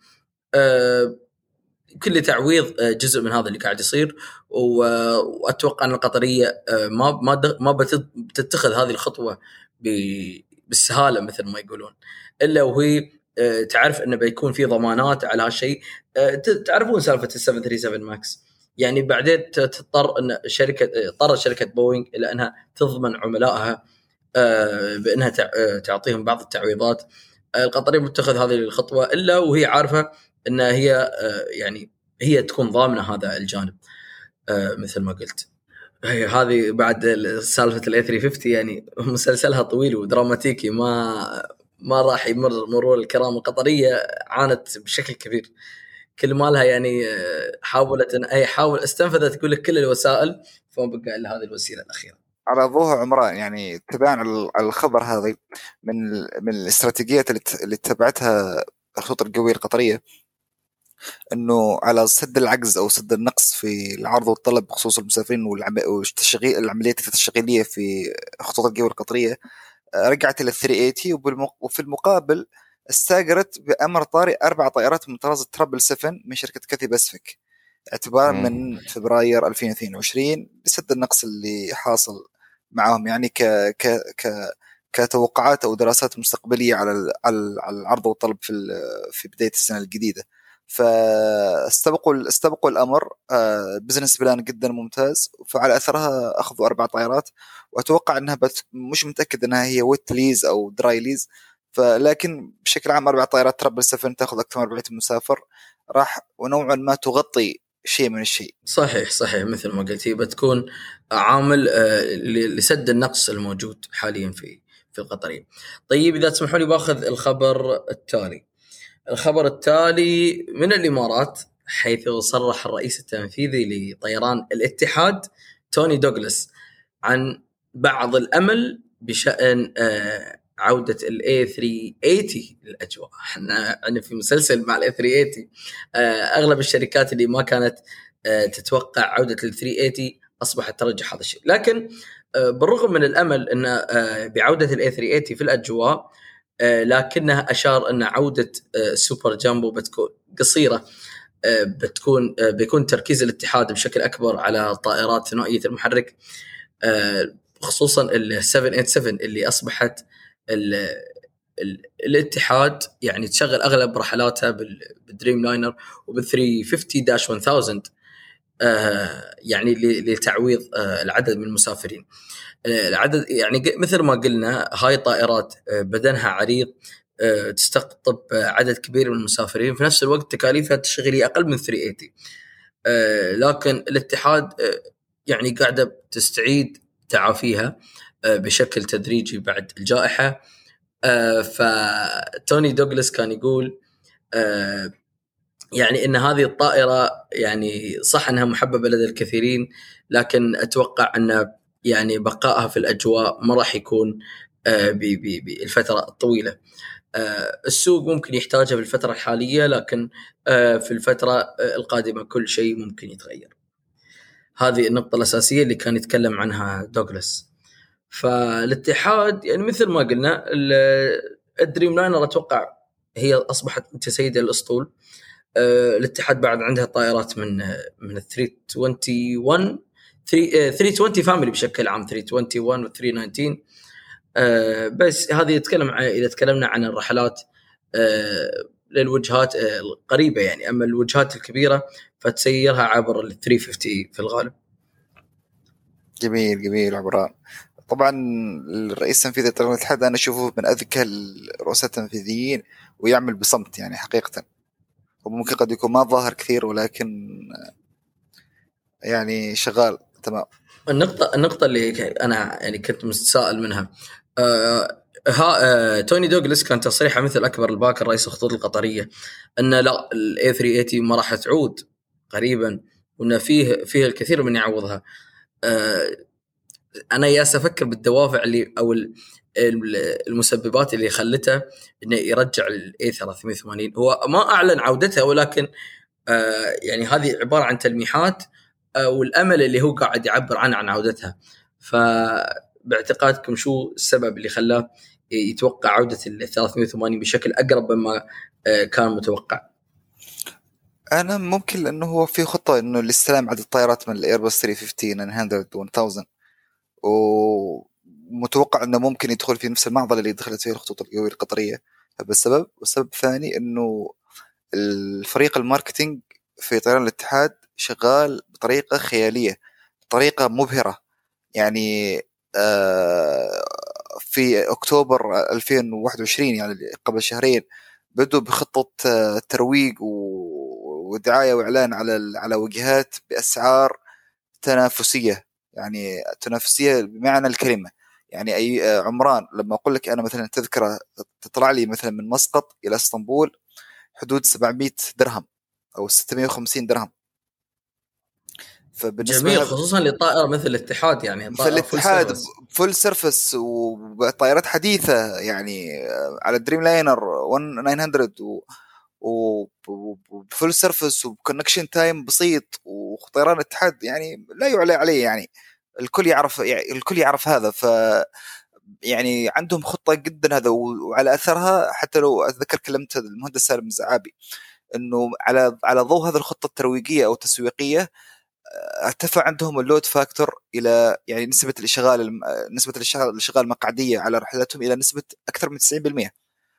كل تعويض جزء من هذا اللي قاعد يصير. وأتوقع أن القطرية ما بتتخذ هذه الخطوة بالسهالة مثل ما يقولون، إلا وهي تعرف أنه بيكون في ضمانات على هالشيء. تعرفون سالفة 737 ماكس، يعني بعدين تضطر أن شركة بوينغ إلى أنها تضمن عملائها بأنها تعطيهم بعض التعويضات. القطرية متخذ هذه الخطوة إلا وهي عارفة أن هي تكون ضامنة هذا الجانب. مثل ما قلت هذه بعد سالفة ال A350 يعني مسلسلها طويل ودراماتيكي، ما راح يمر مرور الكرام. القطرية عانت بشكل كبير، كل مالها يعني حاولت استنفذت تقول لك كل الوسائل، فما بقى إلا هذه الوسيلة الأخيرة. على ضوء عمران، يعني تبعنا الخبر هذا من الاستراتيجيات اللي اتبعتها الخطوط القوية القطرية، انه على سد العجز او سد النقص في العرض والطلب بخصوص المسافرين والتشغيل العمليات التشغيلية في خطوط القوية القطرية، رجعت إلى 380، وفي المقابل استاجرت بأمر طارئ 4 طائرات من طراز الترابل 7 من شركة كاثي باسفيك اعتبارا من فبراير 2022 بسد النقص اللي حاصل معهم، يعني كتوقعات أو دراسات مستقبلية على العرض والطلب في بداية السنة الجديدة. فاستبقوا الأمر، بزنس بلان جدا ممتاز، فعلى أثرها أخذوا 4 طائرات، وأتوقع أنها مش متأكد أنها هي ويت ليز أو دراي ليز، لكن بشكل عام 4 طائرات ترابل 7 تأخذ أكثر من 400 مسافر، راح ونوعا ما تغطي شيء من الشيء. صحيح مثل ما قلت، هي بتكون عامل لسد النقص الموجود حاليا في القطرية. طيب إذا تسمحوا لي باخذ الخبر التالي من الإمارات، حيث صرح الرئيس التنفيذي لطيران الاتحاد توني دوغلاس عن بعض الأمل بشأن عودة ال A380 للأجواء. احنا في مسلسل مع ال A380. أغلب الشركات اللي ما كانت تتوقع عودة ال 380 أصبحت ترجح هذا الشيء، لكن بالرغم من الأمل أن بعودة ال A380 في الأجواء، لكنها أشار أن عودة سوبر جامبو بتكون قصيرة، بيكون تركيز الاتحاد بشكل أكبر على طائرات ثنائية المحرك، خصوصا ال 787 اللي أصبحت الاتحاد يعني تشغل أغلب رحلاتها بالدريم لاينر وبال 350-1000 يعني لتعويض العدد من المسافرين. العدد يعني مثل ما قلنا، هاي طائرات بدنها عريض، تستقطب عدد كبير من المسافرين، في نفس الوقت تكاليفها التشغيلية أقل من 380. لكن الاتحاد يعني قاعدة تستعيد تعافيها بشكل تدريجي بعد الجائحة. فتوني دوغلاس كان يقول يعني إن هذه الطائرة يعني صح أنها محببة لدى الكثيرين، لكن أتوقع أن يعني بقائها في الأجواء ما راح يكون بالفترة الطويلة. السوق ممكن يحتاجها في الفترة الحالية، لكن في الفترة القادمة كل شيء ممكن يتغير. هذه النقطة الأساسية اللي كان يتكلم عنها دوغلاس. فالاتحاد يعني مثل ما قلنا، الدريم لاينر أتوقع هي أصبحت متسيدة الأسطول. الاتحاد بعد عندها طائرات من 320 فاميلي بشكل عام، 321 و 319. بس هذه إذا تكلمنا عن الرحلات للوجهات القريبة يعني، أما الوجهات الكبيرة فتسيرها عبر ال 350 في الغالب. جميل عمران. طبعا الرئيس التنفيذي لطيران الاتحاد أنا أشوفه من أذكى الرؤساء التنفيذيين، ويعمل بصمت يعني حقيقة، وممكن قد يكون ما ظاهر كثير ولكن يعني شغال تمام. النقطة اللي أنا يعني كنت متساءل منها، توني دوغلاس كان تصريحه مثل أكبر الباكر رئيس الخطوط القطرية أن لا ال A380 ما راح تعود قريبا، وأن فيه الكثير من يعوضها. أنا ياس أفكر بالدوافع اللي أو المسببات اللي خلته إنه يرجع ال A380. هو ما أعلن عودتها، ولكن يعني هذه عبارة عن تلميحات والأمل اللي هو قاعد يعبر عنه عن عودتها. فباعتقادكم شو السبب اللي خلاه يتوقع عودة ال 380 بشكل أقرب مما كان متوقع؟ أنا ممكن لأنه هو في خطة إنه الاستلام عدد الطائرات من الإيرباص 350 و 1000، ومتوقع إنه ممكن يدخل في نفس المعضلة اللي دخلت فيها الخطوط القوية القطرية. والسبب الثاني إنه الفريق الماركتينج في طيران الاتحاد شغال بطريقة خيالية، طريقة مبهرة. يعني في أكتوبر 2021 يعني قبل شهرين بدوا بخطة ترويج ودعاية وإعلان على وجهات بأسعار تنافسية، يعني تنافسية بمعنى الكلمة. يعني أي عمران لما أقول لك أنا مثلا تذكرة تطلع لي مثلا من مسقط إلى اسطنبول حدود 700 درهم أو 650 درهم. فبالنسبه جميل، خصوصا لطائره مثل الاتحاد، يعني مثل الاتحاد فول سيرفس وطائرات حديثه يعني على دريم لاينر 1900 وفول سيرفس وكونكشن تايم بسيط، وطيران الاتحاد يعني لا يعلى عليه، يعني الكل يعرف هذا. ف يعني عندهم خطة جدا هذا، وعلى أثرها حتى لو أتذكر كلمت المهندس سالم الزعابي أنه على ضوء هذه الخطة الترويجية أو التسويقية ارتفع عندهم اللود فاكتور إلى يعني نسبة الإشغال المقعدية على رحلاتهم إلى نسبة أكثر من 90%.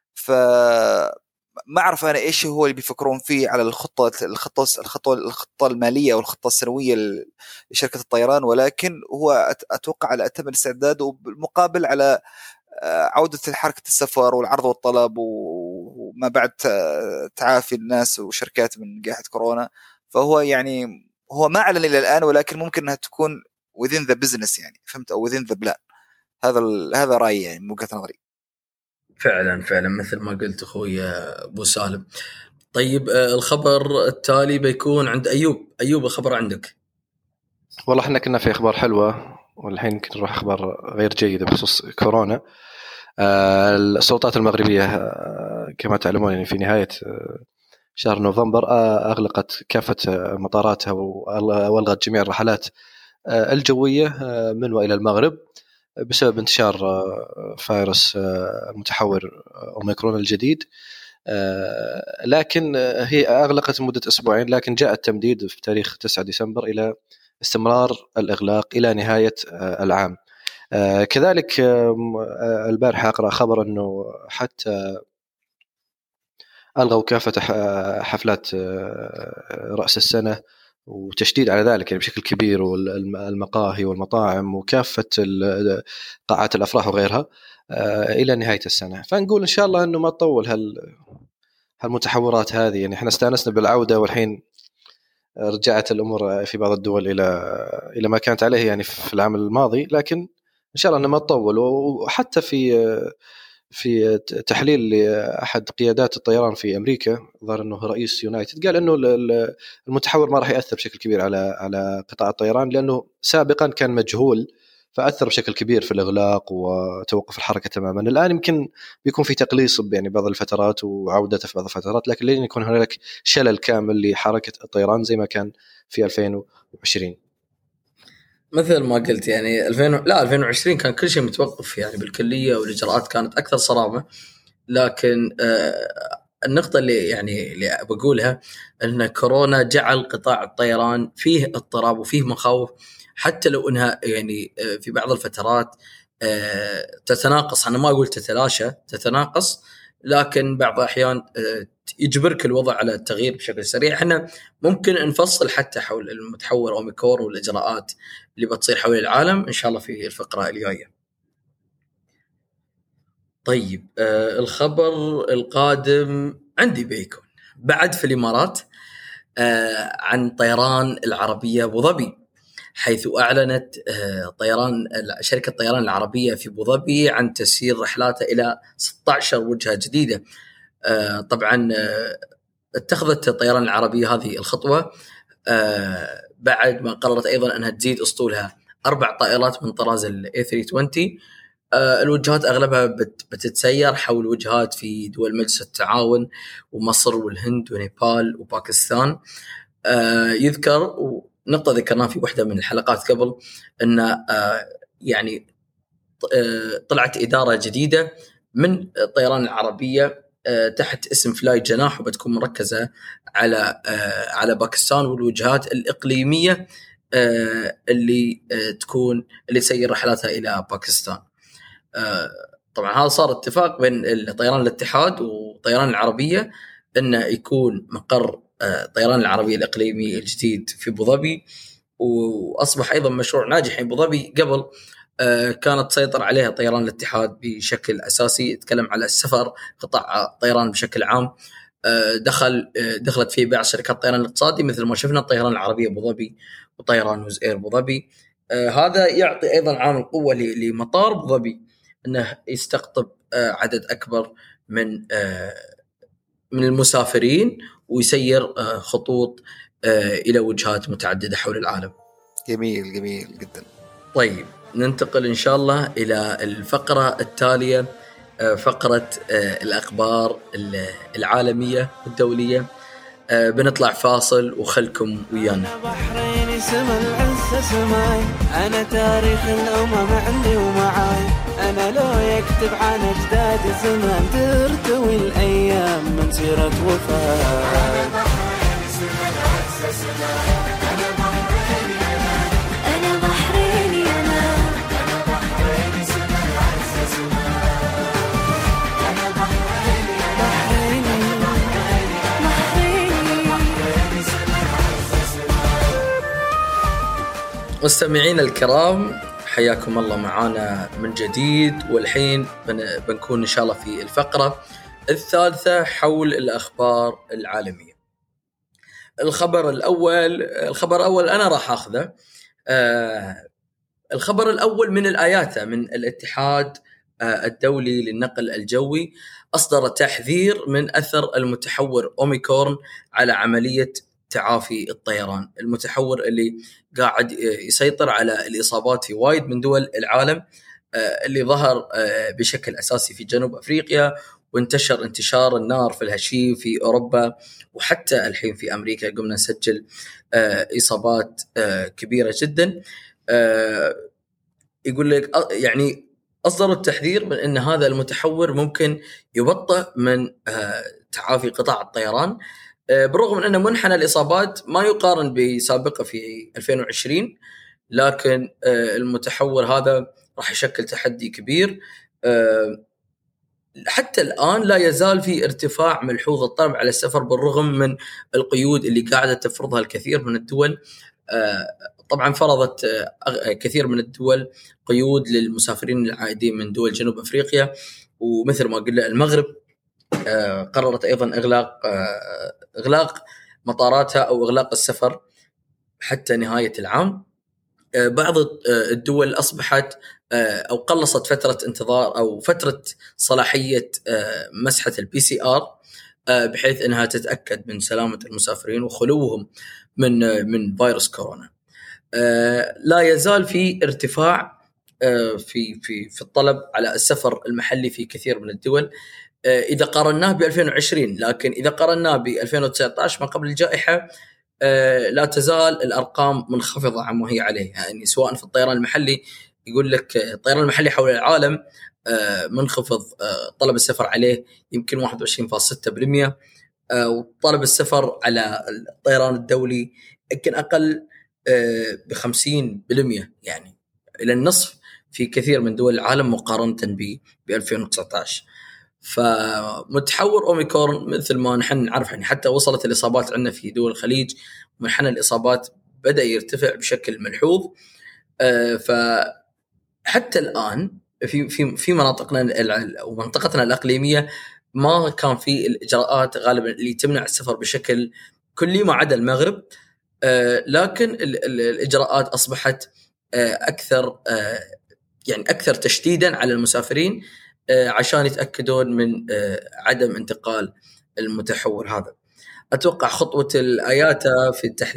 فما أعرف أنا إيش هو اللي بيفكرون فيه على الخطة المالية أو الخطة السنوية لشركة الطيران، ولكن هو أتوقع على أتم الاستعداد، وبالمقابل على عودة حركة السفر والعرض والطلب وما بعد تعافي الناس وشركات من جائحة كورونا. فهو يعني هو ما أعلن إلى الآن، ولكن ممكن أنها تكون within the business يعني، فهمت، أو within the plan. هذا رأيي يعني من وجهة نظري. فعلا مثل ما قلت أخوي أبو سالم. طيب الخبر التالي بيكون عند أيوب. الخبر عندك. والله احنا كنا في أخبار حلوة، والحين يمكن نروح أخبار غير جيدة بخصوص كورونا. السلطات المغربية كما تعلمون يعني في نهاية شهر نوفمبر أغلقت كافة مطاراتها وألغت جميع الرحلات الجوية من وإلى المغرب بسبب انتشار فيروس متحور أوميكرون الجديد. لكن هي أغلقت مدة أسبوعين، لكن جاء التمديد في تاريخ 9 ديسمبر إلى استمرار الإغلاق إلى نهاية العام. كذلك البارحة أقرأ خبر أنه حتى ألغوا كافة حفلات رأس السنة، وتشديد على ذلك يعني بشكل كبير، والمقاهي والمطاعم وكافة قاعات الأفراح وغيرها إلى نهاية السنة. فنقول إن شاء الله أنه ما تطول هالمتحورات هذه. يعني إحنا استأنسنا بالعودة، والحين رجعت الأمور في بعض الدول إلى ما كانت عليه يعني في العام الماضي، لكن إن شاء الله أنه ما تطول. وحتى في تحليل لأحد قيادات الطيران في أمريكا، ظهر أنه رئيس يونايتد قال أنه المتحور ما راح يأثر بشكل كبير على قطاع الطيران، لأنه سابقا كان مجهول فأثر بشكل كبير في الإغلاق وتوقف الحركة تماما. الآن يمكن بيكون في تقليص يعني بعض الفترات وعودته في بعض الفترات، لكن لن يكون هناك شلل كامل لحركة الطيران زي ما كان في 2020. مثل ما قلت يعني 2020 كان كل شيء متوقف يعني بالكلية، والإجراءات كانت أكثر صرامة. لكن النقطة اللي بقولها أن كورونا جعل قطاع الطيران فيه اضطراب وفيه مخاوف، حتى لو أنها يعني في بعض الفترات تتناقص. أنا ما أقول تتلاشى، تتناقص، لكن بعض الأحيان يجبرك الوضع على التغيير بشكل سريع. احنا ممكن نفصل حتى حول المتحور أوميكرون والإجراءات اللي بتصير حول العالم إن شاء الله في الفقرة الجاية. طيب الخبر القادم عندي بيكون بعد في الإمارات عن طيران العربية أبو ظبي، حيث أعلنت شركة طيران العربية في أبو ظبي عن تسيير رحلاته إلى 16 وجهة جديدة. طبعا اتخذت الطيران العربية هذه الخطوة بعد ما قررت أيضا أنها تزيد أسطولها 4 طائرات من طراز ال A320. الوجهات أغلبها بتتسير حول وجهات في دول مجلس التعاون ومصر والهند ونيبال وباكستان. يذكر ونقطة ذكرناها في واحدة من الحلقات قبل أن يعني طلعت إدارة جديدة من الطيران العربية تحت اسم فلاي جناح، وبتكون مركزة على باكستان والوجهات الإقليمية اللي تسير رحلاتها إلى باكستان. طبعا هذا صار اتفاق بين الطيران الاتحاد والطيران العربية أنه يكون مقر طيران العربية الإقليمي الجديد في أبو ظبي، وأصبح أيضا مشروع ناجح. أبو ظبي قبل كانت تسيطر عليها طيران الاتحاد بشكل أساسي، يتكلم على السفر، قطاع الطيران بشكل عام. دخلت فيه بعض شركات الطيران الاقتصادي مثل ما شفنا الطيران العربية أبو ظبي وطيران وزئير أبو ظبي. هذا يعطي أيضا عامل قوة لمطار أبو ظبي أنه يستقطب عدد أكبر من المسافرين ويسير خطوط إلى وجهات متعددة حول العالم. جميل جميل جدا. طيب ننتقل إن شاء الله إلى الفقرة التالية، فقرة الأخبار العالمية والدولية. بنطلع فاصل وخلكم ويانا. أنا بحريني سما العز سماي، أنا تاريخ الأمم عندي ومعاي، أنا لو يكتب عن أجداد زمان ترتوي الأيام من سيرة وفاة. أنا بحريني سما العز سماي، أنا بحريني أنا بحريني أنا بحريني سما العز سماي، أنا بحريني بحريني مستمعين الكرام، حياكم الله معنا من جديد. والحين بنكون إن شاء الله في الفقرة الثالثة حول الأخبار العالمية. الخبر الأول أنا راح أخذه. الخبر الأول من الآياتا من الاتحاد الدولي للنقل الجوي، أصدر تحذير من أثر المتحور أوميكرون على عملية تعافي الطيران. المتحور اللي قاعد يسيطر على الإصابات في وايد من دول العالم، اللي ظهر بشكل أساسي في جنوب أفريقيا، وانتشر انتشار النار في الهشيم في أوروبا، وحتى الحين في أمريكا قمنا نسجل إصابات كبيرة جدا. يقول لك يعني أصدروا التحذير من أن هذا المتحور ممكن يبطئ من تعافي قطاع الطيران، بالرغم من أن منحنى الإصابات ما يقارن بسابقة في 2020، لكن المتحور هذا راح يشكل تحدي كبير. حتى الآن لا يزال في ارتفاع ملحوظ الطلب على السفر، بالرغم من القيود اللي قاعدة تفرضها الكثير من الدول. طبعا فرضت كثير من الدول قيود للمسافرين العائدين من دول جنوب أفريقيا، ومثل ما قلنا المغرب قررت أيضا إغلاق مطاراتها أو إغلاق السفر حتى نهاية العام. بعض الدول أصبحت أو قلصت فترة انتظار أو فترة صلاحية مسحة الPCR، بحيث أنها تتأكد من سلامة المسافرين وخلوهم من فيروس كورونا. لا يزال في ارتفاع في الطلب على السفر المحلي في كثير من الدول إذا قارناه ب2020، لكن إذا قارناه ب2019 ما قبل الجائحة لا تزال الأرقام منخفضة عما هي عليه. يعني سواء في الطيران المحلي، يقول لك الطيران المحلي حول العالم منخفض طلب السفر عليه يمكن 21.6%، وطلب السفر على الطيران الدولي يمكن أقل ب50%، يعني إلى النصف في كثير من دول العالم مقارنة ب2019. فمتحور أوميكرون مثل ما نحن نعرف، يعني حتى وصلت الإصابات عندنا في دول الخليج، منحنى الإصابات بدأ يرتفع بشكل ملحوظ. فحتى الآن في مناطقنا ومنطقتنا الإقليمية ما كان في الإجراءات غالبا اللي تمنع السفر بشكل كلي ما عدا المغرب، لكن الإجراءات أصبحت أكثر تشديدا على المسافرين عشان يتأكدون من عدم انتقال المتحور هذا. أتوقع خطوة الآياتا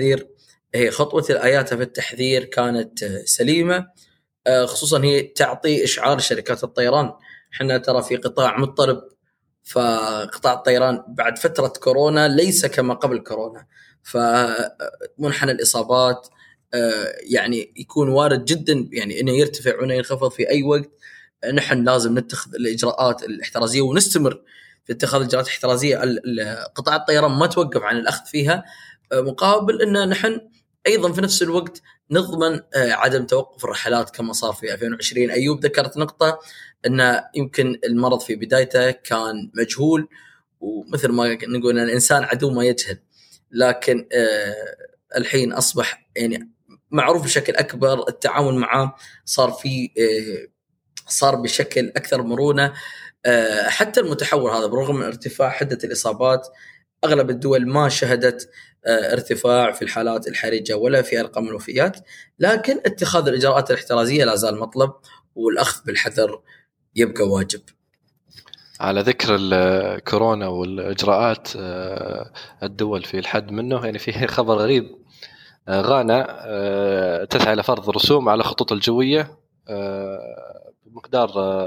في التحذير كانت سليمة، خصوصا هي تعطي إشعار شركات الطيران. حنا ترى في قطاع مضطرب، فقطاع الطيران بعد فترة كورونا ليس كما قبل كورونا، فمنحنى الإصابات يعني يكون وارد جدا يعني إنه يرتفع وإنه ينخفض في أي وقت. نحن لازم نتخذ الإجراءات الاحترازية ونستمر في اتخاذ الإجراءات الاحترازية. قطاع الطيران ما توقف عن الأخذ فيها، مقابل أن نحن أيضا في نفس الوقت نضمن عدم توقف الرحلات كما صار في 2020. أيوب ذكرت نقطة أن يمكن المرض في بدايته كان مجهول، ومثل ما نقول أن الإنسان عدو ما يجهل، لكن الحين أصبح يعني معروف بشكل أكبر. التعامل معه صار بشكل أكثر مرونة. حتى المتحور هذا برغم من ارتفاع حدة الإصابات، أغلب الدول ما شهدت ارتفاع في الحالات الحرجة ولا في أرقام الوفيات، لكن اتخاذ الإجراءات الاحترازية لا زال مطلب، والأخذ بالحذر يبقى واجب. على ذكر الكورونا والإجراءات الدول في الحد منه، يعني في خبر غريب غانا تسعى إلى فرض رسوم على خطوط الجوية بمقدار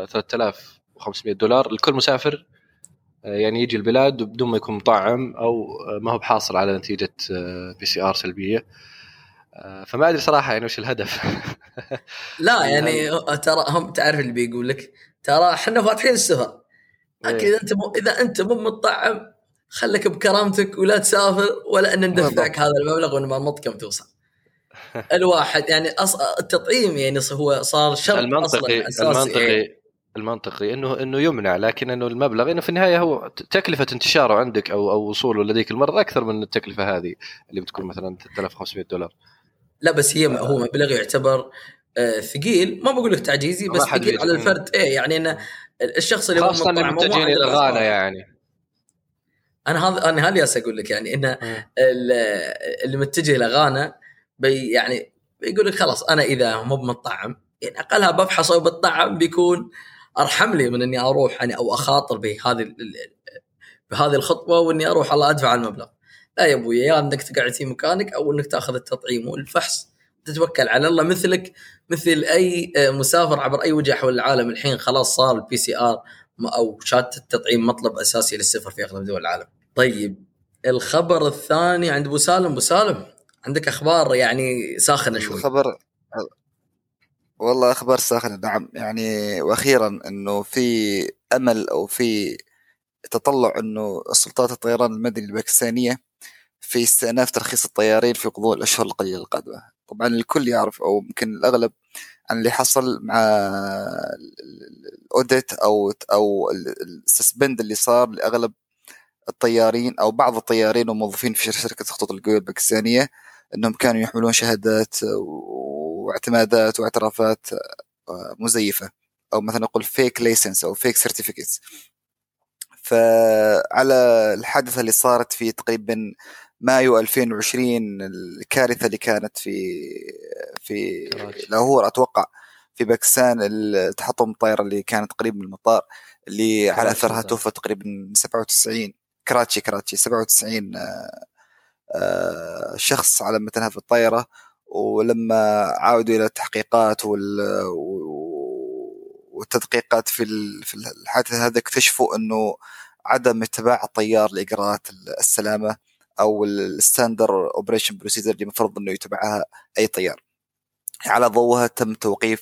$3500 لكل مسافر يعني يجي البلاد بدون ما يكون مطعم أو ما هو بحاصل على نتيجة PCR سلبية. فما أدري صراحة يعني وش الهدف. لا يعني ترى هم تعرف اللي بيقول لك ترى احنا فاتحين السفر اكيد اذا انت مو مطعم خليك بكرامتك ولا تسافر ولا ان ندفعك هذا المبلغ ونمرمطك كم توصل. الواحد يعني التطعيم يعني هو صار شرط المنطقي انه يمنع، لكن انه المبلغ انه في النهايه هو تكلفه انتشاره عندك او وصوله لديك المرض اكثر من التكلفه هذه اللي بتكون مثلا $3500. لا بس هي هو مبلغ يعتبر ثقيل، ما بقول لك تعجيزي بس ثقيل على الفرد. يعني ان الشخص اللي خاصه اللي متجهين الى غانا يعني انا هذا اقول لك يعني ان اللي متجه لغانا يعني بيقول لك خلاص انا اذا مو بمطعم يعني اقلها بفحص او بطعم بيكون ارحم لي من اني اروح يعني او اخاطر بهذه الخطوه واني اروح الله ادفع المبلغ. لا يا ابوي، يا انك تقعد في مكانك او انك تاخذ التطعيم والفحص تتوكل على الله مثلك مثل اي مسافر عبر اي وجه حول العالم. الحين خلاص صار الPCR او شهاده التطعيم مطلب اساسي للسفر في اغلب دول العالم. طيب الخبر الثاني عند ابو سالم عندك اخبار يعني ساخنه شوي. خبر والله اخبار ساخنه نعم يعني، واخيرا انه في امل او في تطلع انه السلطات الطيران المدني الباكستانيه في استئناف ترخيص الطيارين في غضون الاشهر القليله القادمه. طبعا الكل يعرف او يمكن الاغلب عن اللي حصل مع الاوديت او السسبند اللي صار لاغلب الطيارين او بعض الطيارين وموظفين في شركه خطوط الجوية الباكستانيه، انهم كانوا يحملون شهادات واعتمادات واعترافات مزيفه او مثلا نقول فيك لايسنس او فيك سيرتيفيكيتس. فعلى الحادثه اللي صارت في تقريبا مايو 2020 الكارثه اللي كانت في لاهور اتوقع في باكستان، التحطم الطائره اللي كانت قريب من المطار اللي على اثرها توفى تقريبا 97 كراتشي 97 شخص على متنها في الطائرة. ولما عاودوا إلى التحقيقات والتدقيقات في الحادث هذا اكتشفوا أنه عدم اتباع الطيار لإجراءات السلامة أو الستاندر اوبريشن بروسيجر اللي مفروض أنه يتبعها أي طيار. على ضوءها تم توقيف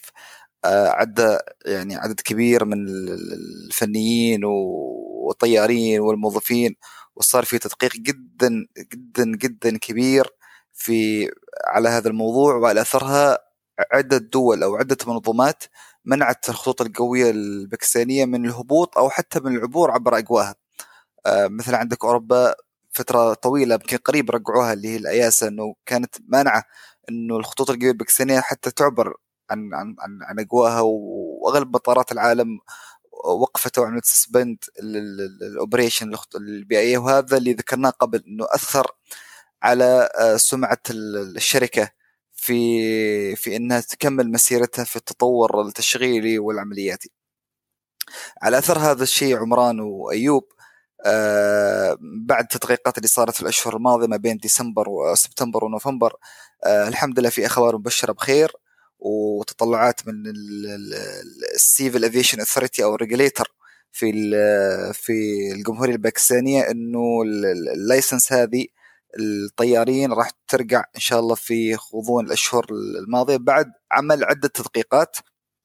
عدد كبير من الفنيين والطيارين والموظفين، وصار في تدقيق جدا جدا جدا كبير على هذا الموضوع. وعلى أثرها عدة دول أو عدة منظمات منعت الخطوط الجوية الباكستانية من الهبوط أو حتى من العبور عبر أجواها. مثل عندك أوروبا فترة طويلة يمكن قريب رجعوها اللي هي الأياسة، أنه كانت مانعة أنه الخطوط الجوية الباكستانية حتى تعبر عن أجواها، وأغلب مطارات العالم وقفت وعملت سسبند الأوبريشن البيئية. وهذا اللي ذكرناه قبل أنه أثر على سمعة الشركة في أنها تكمل مسيرتها في التطور التشغيلي والعملياتي. على أثر هذا الشيء عمران وأيوب، بعد التدقيقات اللي صارت في الأشهر الماضية ما بين ديسمبر وسبتمبر ونوفمبر، الحمد لله في أخبار مبشرة بخير وتطلعات من السيفل افيشن اثوريتي او ريجوليتر في الجمهورية الباكستانية، انه اللايسنس هذه الطيارين راح ترجع ان شاء الله في غضون الاشهر الماضية بعد عمل عدة تدقيقات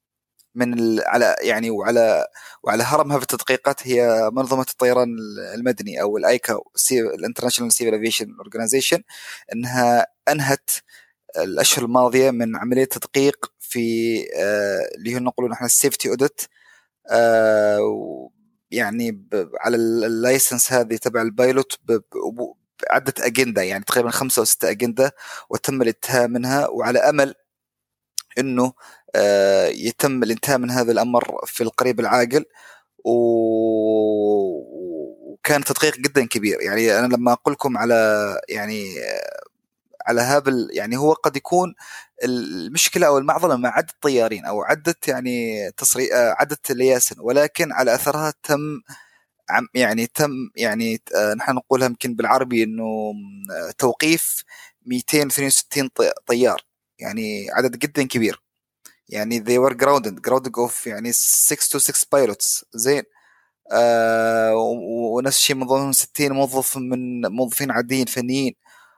وعلى هرمها في التدقيقات هي منظمة الطيران المدني او الايكا الانترناشونال سيفل افيشن اورجانيزيشن، انها انهت الأشهر الماضية من عملية تدقيق في اللي هو نقول نحن السيفتي اوديت يعني على اللايسنس هذه تبع البايلوت بعدة أجندة، يعني تقريبا 5 أو 6 أجندة، وتم الانتهاء منها. وعلى أمل أنه يتم الانتهاء من هذا الأمر في القريب العاجل. وكان تدقيق جدا كبير. يعني أنا لما أقول لكم على هذا يعني هو قد يكون المشكلة أو المعضلة مع عدة طيارين أو عدة عدة لياسن، ولكن على أثرها تم نحن نقولها يمكن بالعربي إنه توقيف 262 طيار، يعني عدد جدا كبير. يعني they were grounded of يعني 6 to 6 pilots. زين. ونفس الشيء من ضمنهم 60 موظف من موظفين عاديين فنيين.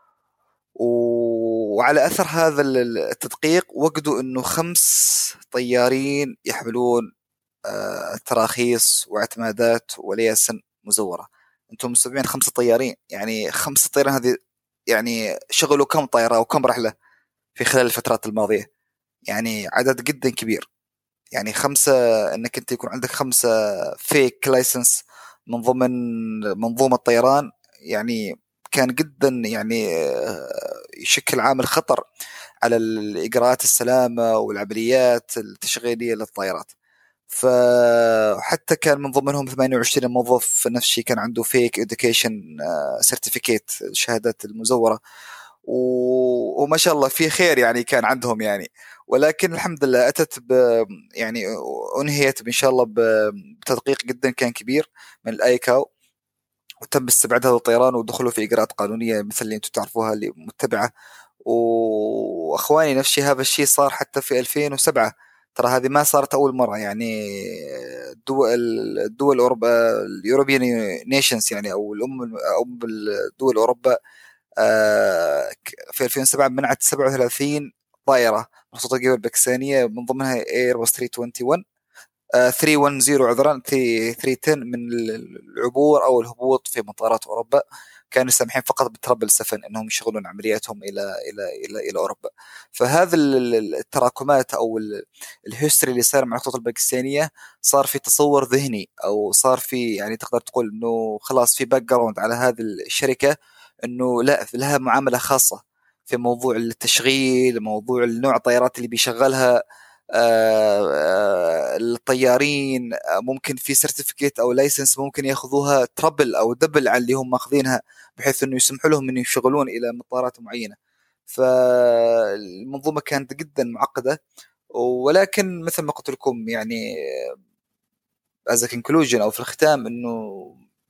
وعلى أثر هذا التدقيق وجدوا إنه 5 طيارين يحملون تراخيص واعتمادات وليسن مزورة. أنتم مستوعبين 5 طيارين؟ يعني 5 طيارين هذه يعني شغلوا كم طائرة وكم رحلة في خلال الفترات الماضية؟ يعني عدد جدا كبير. يعني 5 انك انت يكون عندك 5 فيك لايسنس من ضمن منظومة طيران، يعني كان جدا يعني يشكل عامل خطر على الإجراءات السلامة والعمليات التشغيلية للطائرات. فحتى كان من ضمنهم 28 موظف نفس الشيء كان عنده فيك education certificate، شهادات المزورة، وما شاء الله في خير يعني كان عندهم يعني. ولكن الحمد لله أتت يعني أنهيت إن شاء الله بتدقيق جدا كان كبير من الآيكاو، وتم استبعاد هذا الطيران ودخلوا في إجراءات قانونية مثل اللي أنتم تعرفوها اللي متبعة. وأخواني نفس هذا الشيء صار حتى في 2007. ترى هذه ما صارت أول مرة. يعني الدول أوروبا اليوروبيان نيشنز يعني أو الدول أوروبا في 2007 منعت 37 طائرة مخصوصة الجيوب الباكستانية من ضمنها ايرباص 310 عذرا 310 من العبور أو الهبوط في مطارات أوروبا. كانوا سامحين فقط بالترابل 7 انهم يشغلون عملياتهم الى اوروبا. فهذا التراكمات او الهيستوري اللي صار مع الخطوط الباكستانيه صار في تصور ذهني او صار في يعني تقدر تقول انه خلاص في باك جراوند على هذه الشركه انه لا لها معامله خاصه في موضوع التشغيل، موضوع النوع الطيارات اللي بيشغلها الطيارين. ممكن في سيرتيفيكيت او لايسنس ممكن ياخذوها تربل او دبل على اللي هم ماخذينها بحيث انه يسمحوا لهم انه يشغلون الى مطارات معينه. فالمنظومه كانت جدا معقده. ولكن مثل ما قلت لكم يعني as a conclusion او في الختام انه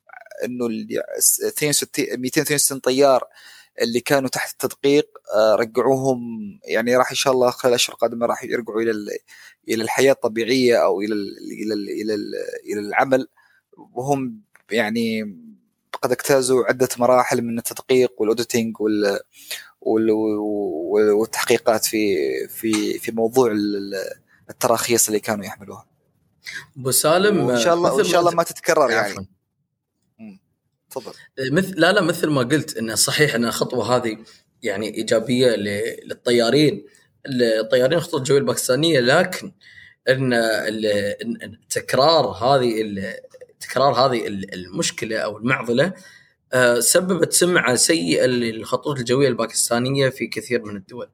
262 طيار اللي كانوا تحت التدقيق رجعوهم، يعني راح ان شاء الله خلال الاشهر القادمه راح يرجعوا الى الحياه الطبيعيه او الى العمل، وهم يعني قد اجتازوا عده مراحل من التدقيق والاوديتنج والتحقيقات في موضوع التراخيص اللي كانوا يحملوها. ابو سالم ان شاء الله ما تتكرر يعني. تفضل. لا مثل ما قلت انه صحيح ان الخطوه هذه يعني ايجابيه للطيارين خطوه الجويه الباكستانيه، لكن ان تكرار هذه المشكله او المعضله سببت سمعه سيئه للخطوط الجويه الباكستانيه في كثير من الدول.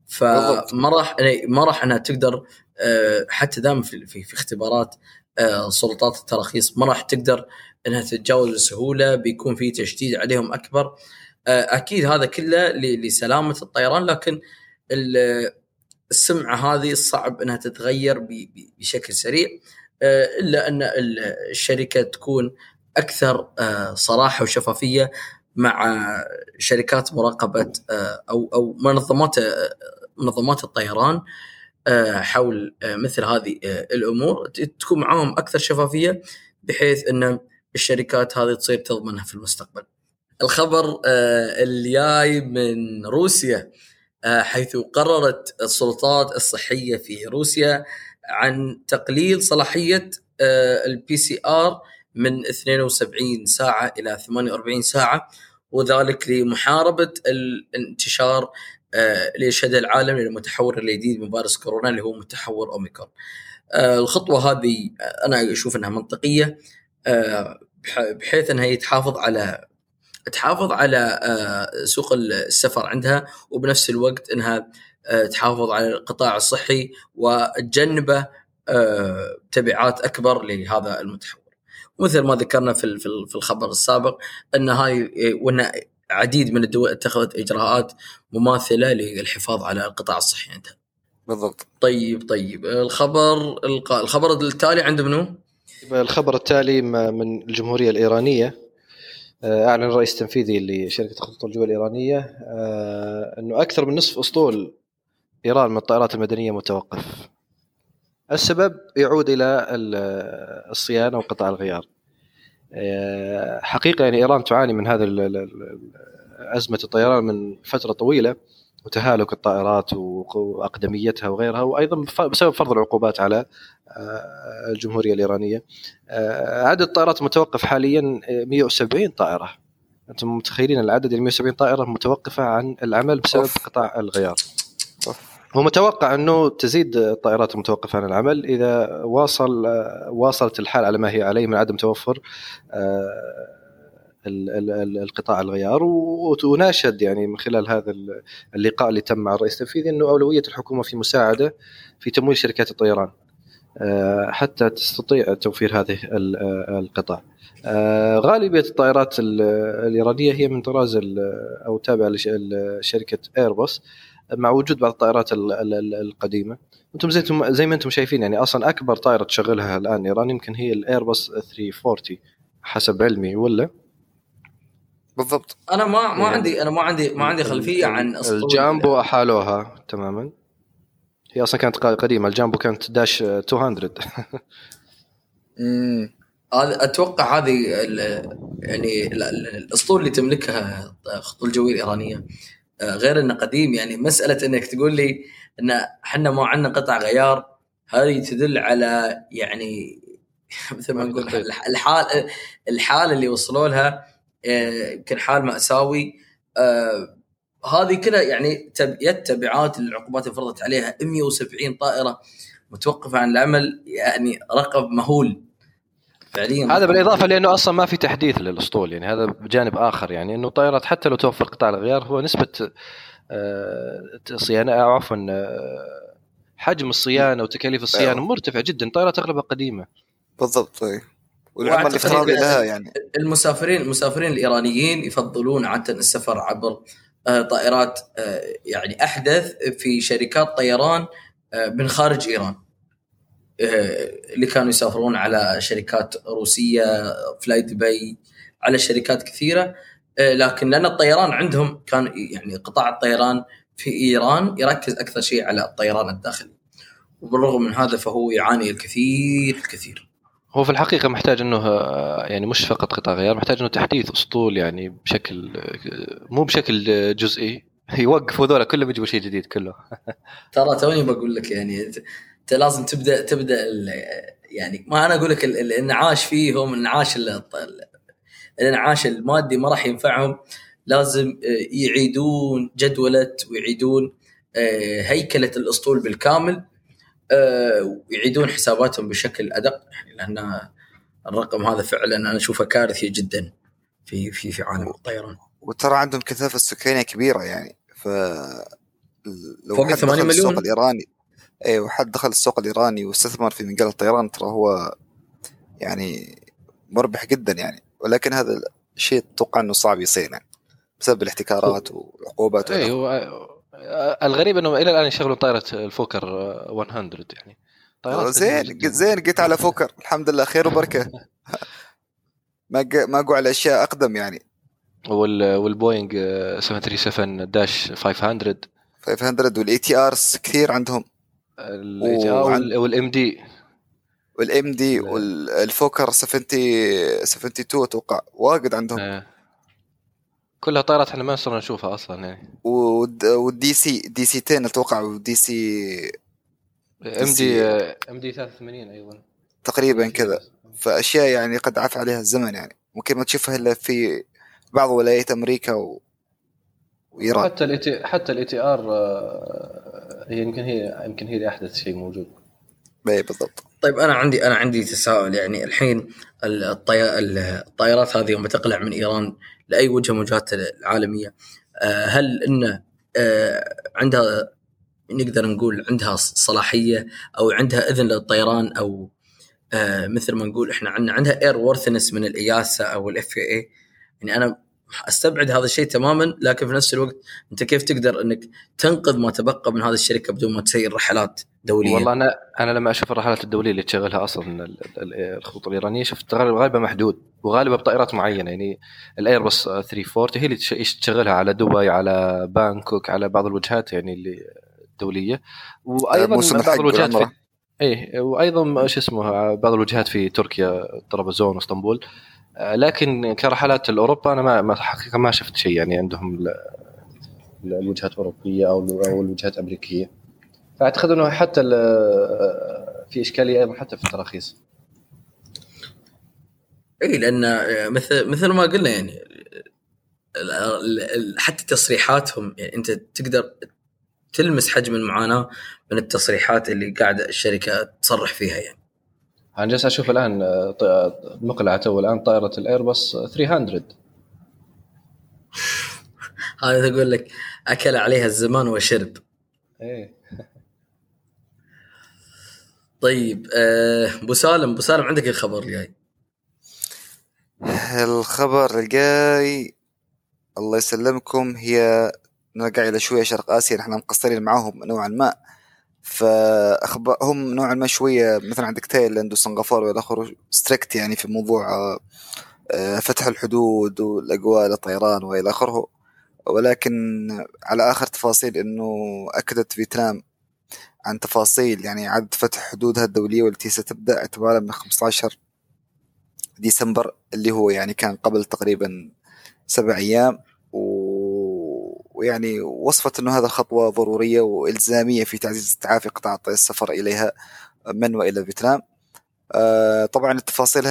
فما راح انها تقدر حتى دام في اختبارات سلطات التراخيص ما راح تقدر انها تتجاوز بسهوله، بيكون في تشديد عليهم اكبر. اكيد هذا كله لسلامه الطيران، لكن السمعه هذه صعب انها تتغير بشكل سريع الا ان الشركه تكون اكثر صراحه وشفافيه مع شركات مراقبه او منظمات الطيران حول مثل هذه الامور، تكون معهم اكثر شفافيه بحيث ان الشركات هذه تصير تضمنها في المستقبل. الخبر اللي جاي من روسيا، حيث قررت السلطات الصحيه في روسيا عن تقليل صلاحيه البي سي ار من 72 ساعه الى 48 ساعه، وذلك لمحاربه الانتشار اللي يشهده العالم للمتحور الجديد من فيروس كورونا اللي هو متحور اوميكرون. الخطوه هذه انا اشوف انها منطقيه بحيث انها تحافظ على سوق السفر عندها، وبنفس الوقت انها تحافظ على القطاع الصحي وتجنبه تبعات اكبر لهذا المتحور. ومثل ما ذكرنا في الخبر السابق ان وان عديد من الدول اتخذت اجراءات مماثله للحفاظ على القطاع الصحي عندها. بالضبط. طيب الخبر التالي عند منو؟ الخبر التالي من الجمهورية الإيرانية، أعلن الرئيس التنفيذي لشركة خطوط الجوية الإيرانية أنه أكثر من نصف أسطول إيران من الطائرات المدنية متوقف. السبب يعود إلى الصيانة وقطع الغيار. حقيقة يعني إيران تعاني من هذا أزمة الطيران من فترة طويلة، وتهالك الطائرات وأقدميتها وغيرها، وأيضا بسبب فرض العقوبات على الجمهورية الإيرانية. عدد الطائرات المتوقف حاليا 170 طائرة. أنتم متخيلين العدد؟ 170 طائرة متوقفة عن العمل بسبب قطع الغيار. هو متوقع أنه تزيد الطائرات المتوقفة عن العمل إذا واصلت الحال على ما هي عليه من عدم توفر القطاع الغيار. وناشد يعني من خلال هذا اللقاء اللي تم مع الرئيس التنفيذي أنه أولوية الحكومة في مساعدة في تمويل شركات الطيران حتى تستطيع توفير هذه القطاع. غالبية الطائرات الإيرانية هي من طراز أو تابعة لشركة إيرباص، مع وجود بعض الطائرات القديمة. أنتم زي ما أنتم شايفين يعني أصلا أكبر طائرة تشغلها الآن إيران يمكن هي الإيرباص 340 حسب علمي، ولا؟ بالضبط. أنا ما عندي خلفية عن الجامبو أحالوها تماما. هي أصلا كانت قديمة، الجامبو كانت داش 200. أتوقع هذه يعني الأسطول اللي تملكها خطوط الجوية الإيرانية، غير أنه قديم. يعني مسألة أنك تقول لي أن حنا ما عندنا قطع غيار، هذه تدل على يعني مثل ما نقول الحال اللي وصلوا لها، يمكن حال مأساوي. هذه كلها يعني تبعات للعقوبات اللي فرضت عليها. 170 طائرة متوقفة عن العمل، يعني رقم مهول فعليا. هذا بالإضافة لأنه أصلا ما في تحديث للأسطول، يعني هذا بجانب آخر. يعني أنه طائرات حتى لو توفر قطاع الغيار، هو نسبة صيانة أو عفوا حجم الصيانة وتكاليف الصيانة مرتفع جدا. طائرات أغلبها قديمة. بالضبط. والعمل الافتراضي لها يعني المسافرين الإيرانيين يفضلون عادة السفر عبر طائرات يعني أحدث في شركات طيران من خارج إيران، اللي كانوا يسافرون على شركات روسية، فلاي دبي، على شركات كثيرة. لكن لأن الطيران عندهم كان يعني قطاع الطيران في إيران يركز أكثر شيء على الطيران الداخلي، وبالرغم من هذا فهو يعاني الكثير. هو في الحقيقة محتاج أنه يعني مش فقط قطع غيار، محتاج أنه تحديث أسطول يعني بشكل مو بشكل جزئي. يوقفوا ذولا كلهم يجيبوا شيء جديد كله. ترى توني بقول لك يعني أنت لازم تبدأ يعني ما أنا أقول لك الانعاش فيهم، الانعاش المادي ما راح ينفعهم. لازم يعيدون جدولة ويعيدون هيكلة الأسطول بالكامل، ويعيدون حساباتهم بشكل أدق، لأن الرقم هذا فعلا أنا أشوفه كارثي جدا في عالم الطيران. وترى عندهم كثافة سكانية كبيرة يعني، لو فوق 8 مليون السوق الإيراني، وحد دخل السوق الإيراني واستثمر في مجال الطيران، ترى هو يعني مربح جدا يعني. ولكن هذا الشيء أتوقع أنه صعب يصير يعني بسبب الاحتكارات والعقوبات. الغريب أنه إلى الآن يشغلوا طائرة الفوكر 100 يعني. زين قلت على فوكر الحمد لله خير وبركة. ما أقول على أشياء أقدم يعني. والبوينغ 737-500 والاي تي ارز كثير عندهم، والام دي والفوكر 72 اتوقع واجد عندهم. كلها طائرات احنا ما صرنا نشوفها اصلا يعني. والدي سي 10 اتوقع، ودي سي ام دي 83 ايضا تقريبا كذا. فاشياء يعني قد عفى عليها الزمن يعني، ممكن ما تشوفها الا في بعض ولايات امريكا وايران. حتى الاي تي ار يمكن هي احدث شيء موجود. بالضبط. طيب انا عندي تساؤل. يعني الحين الطائرات هذه يوم تقلع من ايران لاي وجهه من الوجهات العالميه، هل ان عندها نقدر نقول عندها صلاحيه او عندها اذن للطيران، او مثل ما نقول احنا عندها اير وورثنس من الإياسا او الاف اي؟ يعني انا استبعد هذا الشيء تماما، لكن في نفس الوقت انت كيف تقدر انك تنقذ ما تبقى من هذه الشركه بدون ما تسير رحلات دوليه؟ والله انا لما اشوف الرحلات الدوليه اللي تشغلها اصلا الخطوط الايرانيه، شفت غالبا محدود. وغالبا بطائرات معينه، يعني الايرباص 340 هي اللي تشغلها على دبي، على بانكوك، على بعض الوجهات يعني اللي الدوليه، وايضا بعض الوجهات في وايضا شو اسمه بعض الوجهات في تركيا، طرابزون واسطنبول. لكن كرحلات الاوروبا انا ما حقيقه ما شفت شيء يعني عندهم الوجهات الاوروبيه او الوجهات الامريكيه. فاعتقد انه حتى في اشكاليه ايضا حتى في التراخيص. اي لان مثل ما قلنا يعني حتى تصريحاتهم، يعني انت تقدر تلمس حجم المعاناه من التصريحات اللي قاعده الشركه تصرح فيها. يعني انا جالس اشوف الان مقلعه الان طائره الايرباص 300 هذا تقول لك اكل عليها الزمان وشرب. ايه. طيب ابو سالم عندك الخبر الجاي؟ الخبر الجاي الله يسلمكم هي نرجع إلى شوية شرق آسيا. نحن مقصرين معهم نوعا ما، فأخبارهم نوعا ما شوية مثل عندك تايلاند وسنغافورة والآخر ستريكت يعني في موضوع فتح الحدود والأجواء للطيران وإلى آخره. ولكن على آخر تفاصيل إنه أكدت فيتنام عن تفاصيل يعني عدد فتح حدودها الدولية والتي ستبدأ اعتبارا من 15 ديسمبر اللي هو يعني كان قبل تقريبا 7 أيام. ويعني وصفت أنه هذا خطوة ضرورية وإلزامية في تعزيز تعافي قطاع السفر إليها من وإلى فيتنام. طبعا التفاصيل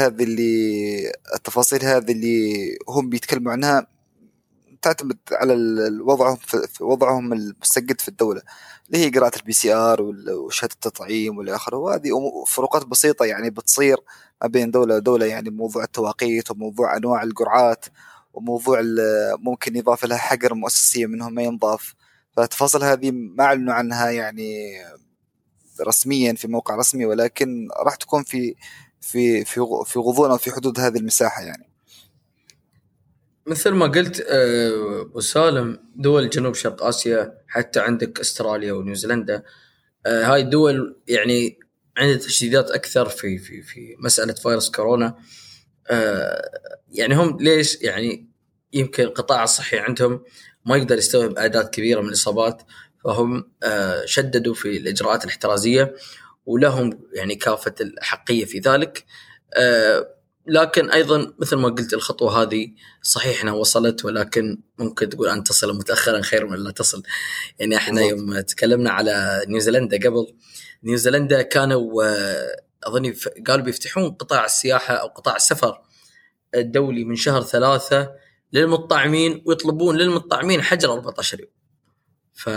هذه اللي هم بيتكلموا عنها تعتمد على وضعهم المستجد في الدولة، اللي هي قراءة الPCR وشهادة التطعيم والآخر. وهذه فروقات بسيطة يعني بتصير ما بين دولة ودولة، يعني موضوع التواقيت وموضوع أنواع الجرعات وموضوع ممكن يضاف لها حجر مؤسسية منهم ما ينضاف. فالتفاصيل هذه ما أعلنوا عنها يعني رسميا في موقع رسمي، ولكن راح تكون في غضون أو في حدود هذه المساحة. يعني مثل ما قلت أبو سالم، دول جنوب شرق آسيا حتى عندك أستراليا ونيوزيلندا، هاي الدول يعني عندها تشديدات أكثر في مسألة فيروس كورونا. يعني هم ليش يعني يمكن القطاع الصحي عندهم ما يقدر يستوعب أعداد كبيرة من الإصابات، فهم شددوا في الإجراءات الاحترازية ولهم يعني كافة الحقية في ذلك. لكن أيضا مثل ما قلت الخطوة هذه صحيح أنها وصلت، ولكن ممكن تقول أن تصل متأخرا خير من لا تصل. يعني احنا يوم تكلمنا على نيوزيلندا قبل، نيوزيلندا كانوا أظني قالوا بيفتحون قطاع السياحة أو قطاع السفر الدولي من شهر 3 للمطعمين، ويطلبون للمطعمين حجر 14 يوم. ف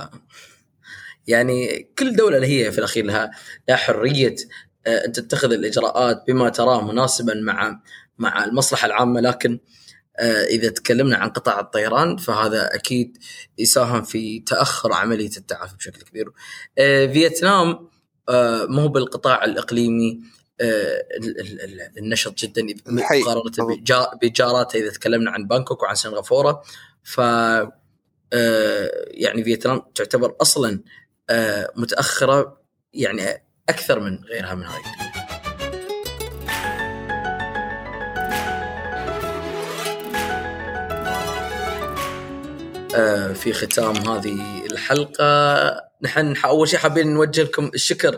يعني كل دولة هي في الأخير لها حرية أن تتخذ الإجراءات بما تراه مناسبا مع المصلحة العامة. لكن إذا تكلمنا عن قطاع الطيران فهذا أكيد يساهم في تأخر عملية التعافي بشكل كبير. فيتنام مو بالقطاع الإقليمي النشط جدا مقارنة بجاراتها. إذا تكلمنا عن بانكوك وعن سنغافورة، ف يعني فيتنام تعتبر أصلا متأخرة يعني أكثر من غيرها من هاي. في ختام هذه الحلقة نحن أول شيء حابين نوجه لكم الشكر،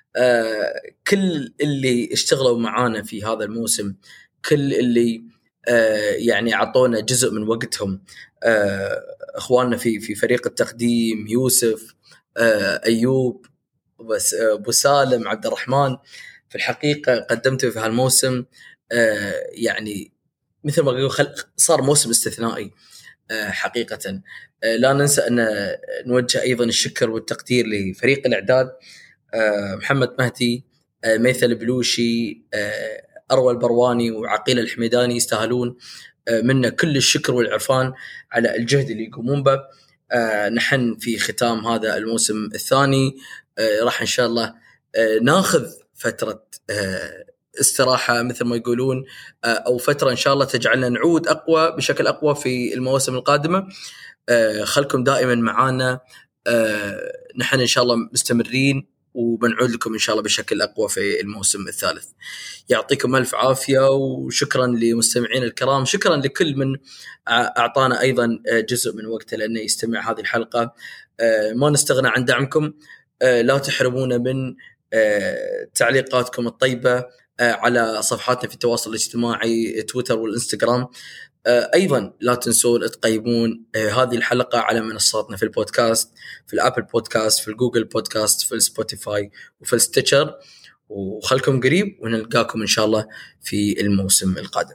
كل اللي اشتغلوا معانا في هذا الموسم، كل اللي يعني عطونا جزء من وقتهم. اخواننا في فريق التقديم، يوسف، ايوب، ابو سالم، عبد الرحمن، في الحقيقه قدمتوا في هالموسم يعني مثل ما قالوا صار موسم استثنائي حقيقه. لا ننسى ان نوجه ايضا الشكر والتقدير لفريق الاعداد، محمد مهدي، ميثل بلوشي، أروى البرواني وعقيل الحميداني، يستاهلون منا كل الشكر والعرفان على الجهد اللي يقومون به. نحن في ختام هذا الموسم الثاني راح إن شاء الله ناخذ فترة استراحة مثل ما يقولون، أو فترة إن شاء الله تجعلنا نعود أقوى بشكل أقوى في المواسم القادمة. خلكم دائما معنا، نحن إن شاء الله مستمرين وبنعود لكم إن شاء الله بشكل أقوى في الموسم الثالث. يعطيكم ألف عافية، وشكرا لمستمعين الكرام، شكرا لكل من أعطانا أيضا جزء من وقته لأنه يستمع هذه الحلقة. ما نستغنى عن دعمكم، لا تحرمونا من تعليقاتكم الطيبة على صفحاتنا في التواصل الاجتماعي تويتر والإنستغرام. أيضا لا تنسون تقيمون هذه الحلقة على منصاتنا في البودكاست، في الأبل بودكاست، في الجوجل بودكاست، في السبوتيفاي، وفي الستيتشر. وخلكم قريب ونلقاكم إن شاء الله في الموسم القادم.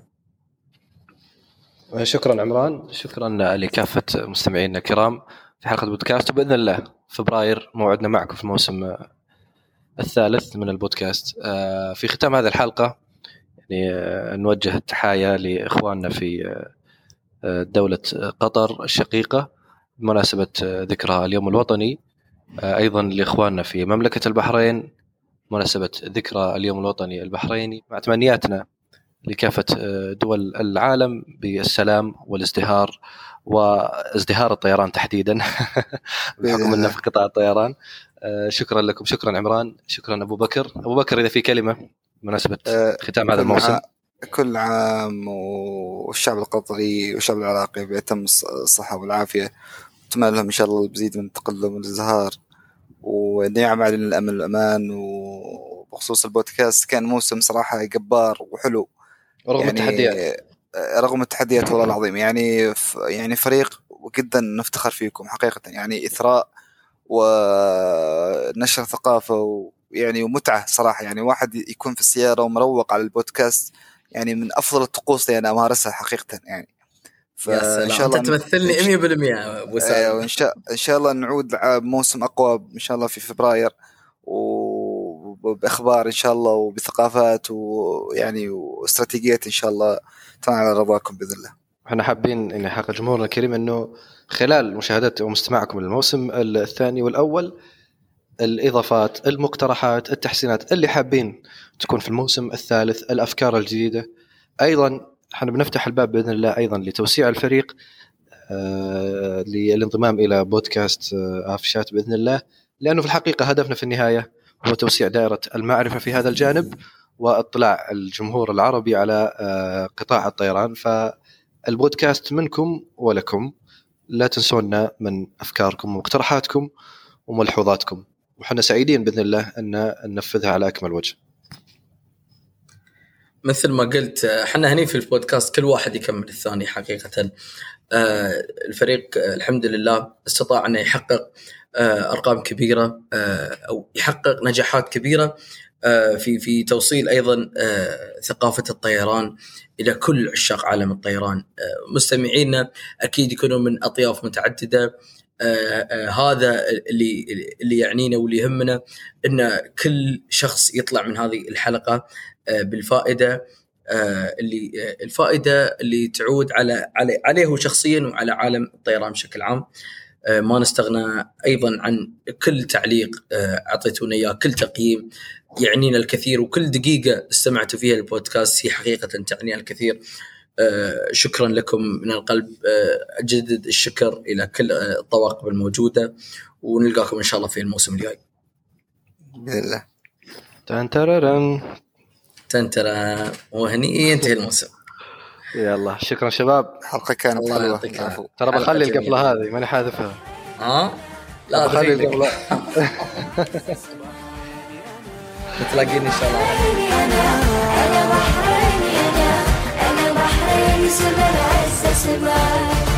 شكرا عمران، شكرا لكافة مستمعينا الكرام في حلقة بودكاست، وبإذن الله فبراير موعدنا معكم في الموسم الثالث من البودكاست. في ختام هذه الحلقة يعني نوجه التحايا لإخواننا في دولة قطر الشقيقة بمناسبة ذكرى اليوم الوطني، أيضا لإخواننا في مملكة البحرين بمناسبة ذكرى اليوم الوطني البحريني، مع تمنياتنا لكافة دول العالم بالسلام والازدهار، وازدهار الطيران تحديدا بحكم أننا في قطاع الطيران. شكرا لكم، شكرا عمران، شكرا أبو بكر. إذا في كلمة مناسبة ختام هذا الموسم. كل عام والشعب القطري والشعب العراقي بيتم الصحة والعافية، أتمنى لهم إن شاء الله المزيد من التقدم والازدهار ونعم علينا الأمن والأمان. وبخصوص البودكاست كان موسم صراحة جبار وحلو رغم يعني التحديات. رغم التحديات والله العظيم، يعني فريق وجدا نفتخر فيكم حقيقة، يعني إثراء ونشر ثقافة يعني ومتعة صراحة. يعني واحد يكون في السيارة ومروق على البودكاست يعني من أفضل الطقوس اللي أنا أمارسها حقيقة يعني. فإن شاء الله تمثلني 100% أبو سالم. إن شاء الله نعود موسم أقوى إن شاء الله في فبراير، وبأخبار إن شاء الله وبثقافات ويعني واستراتيجيات إن شاء الله تكون على رضاكم بإذن الله. احنا حابين ان حق جمهورنا الكريم انه خلال مشاهدة ومستماعكم للموسم الثاني والاول الاضافات، المقترحات، التحسينات اللي حابين تكون في الموسم الثالث، الافكار الجديدة. ايضا احنا بنفتح الباب باذن الله ايضا لتوسيع الفريق، للانضمام الى بودكاست افشات باذن الله، لانه في الحقيقة هدفنا في النهاية هو توسيع دائرة المعرفة في هذا الجانب واطلاع الجمهور العربي على قطاع الطيران. فالبودكاست منكم ولكم، لا تنسونا من أفكاركم ومقترحاتكم وملحوظاتكم، وحنا سعيدين بإذن الله أن ننفذها على أكمل وجه. مثل ما قلت حنا هني في البودكاست كل واحد يكمل الثاني حقيقة. الفريق الحمد لله استطاع أن يحقق أرقام كبيرة أو يحقق نجاحات كبيرة في توصيل أيضا ثقافة الطيران إلى كل عشاق عالم الطيران. مستمعينا أكيد يكونوا من أطياف متعددة. هذا اللي يعنينا واللي يهمنا، أن كل شخص يطلع من هذه الحلقة بالفائدة الفائدة اللي تعود عليه شخصيا وعلى عالم الطيران بشكل عام. ما نستغنى أيضا عن كل تعليق أعطيتونا إياه، كل تقييم يعنينا الكثير، وكل دقيقة استمعتوا فيها البودكاست هي حقيقة تعنينا الكثير. شكرا لكم من القلب. أجدد الشكر إلى كل الطواقم الموجودة، ونلقاكم إن شاء الله في الموسم الجاي بإذن الله. تنترى وهني ينتهي الموسم. يلا شكرا شباب، حلقة كانت حلوة. ترى بخلي القفلة هذه ماني حاذفها. لا بخلي القفلة. نتلاقين إن شاء الله. أنا بحريني سبب عز سبب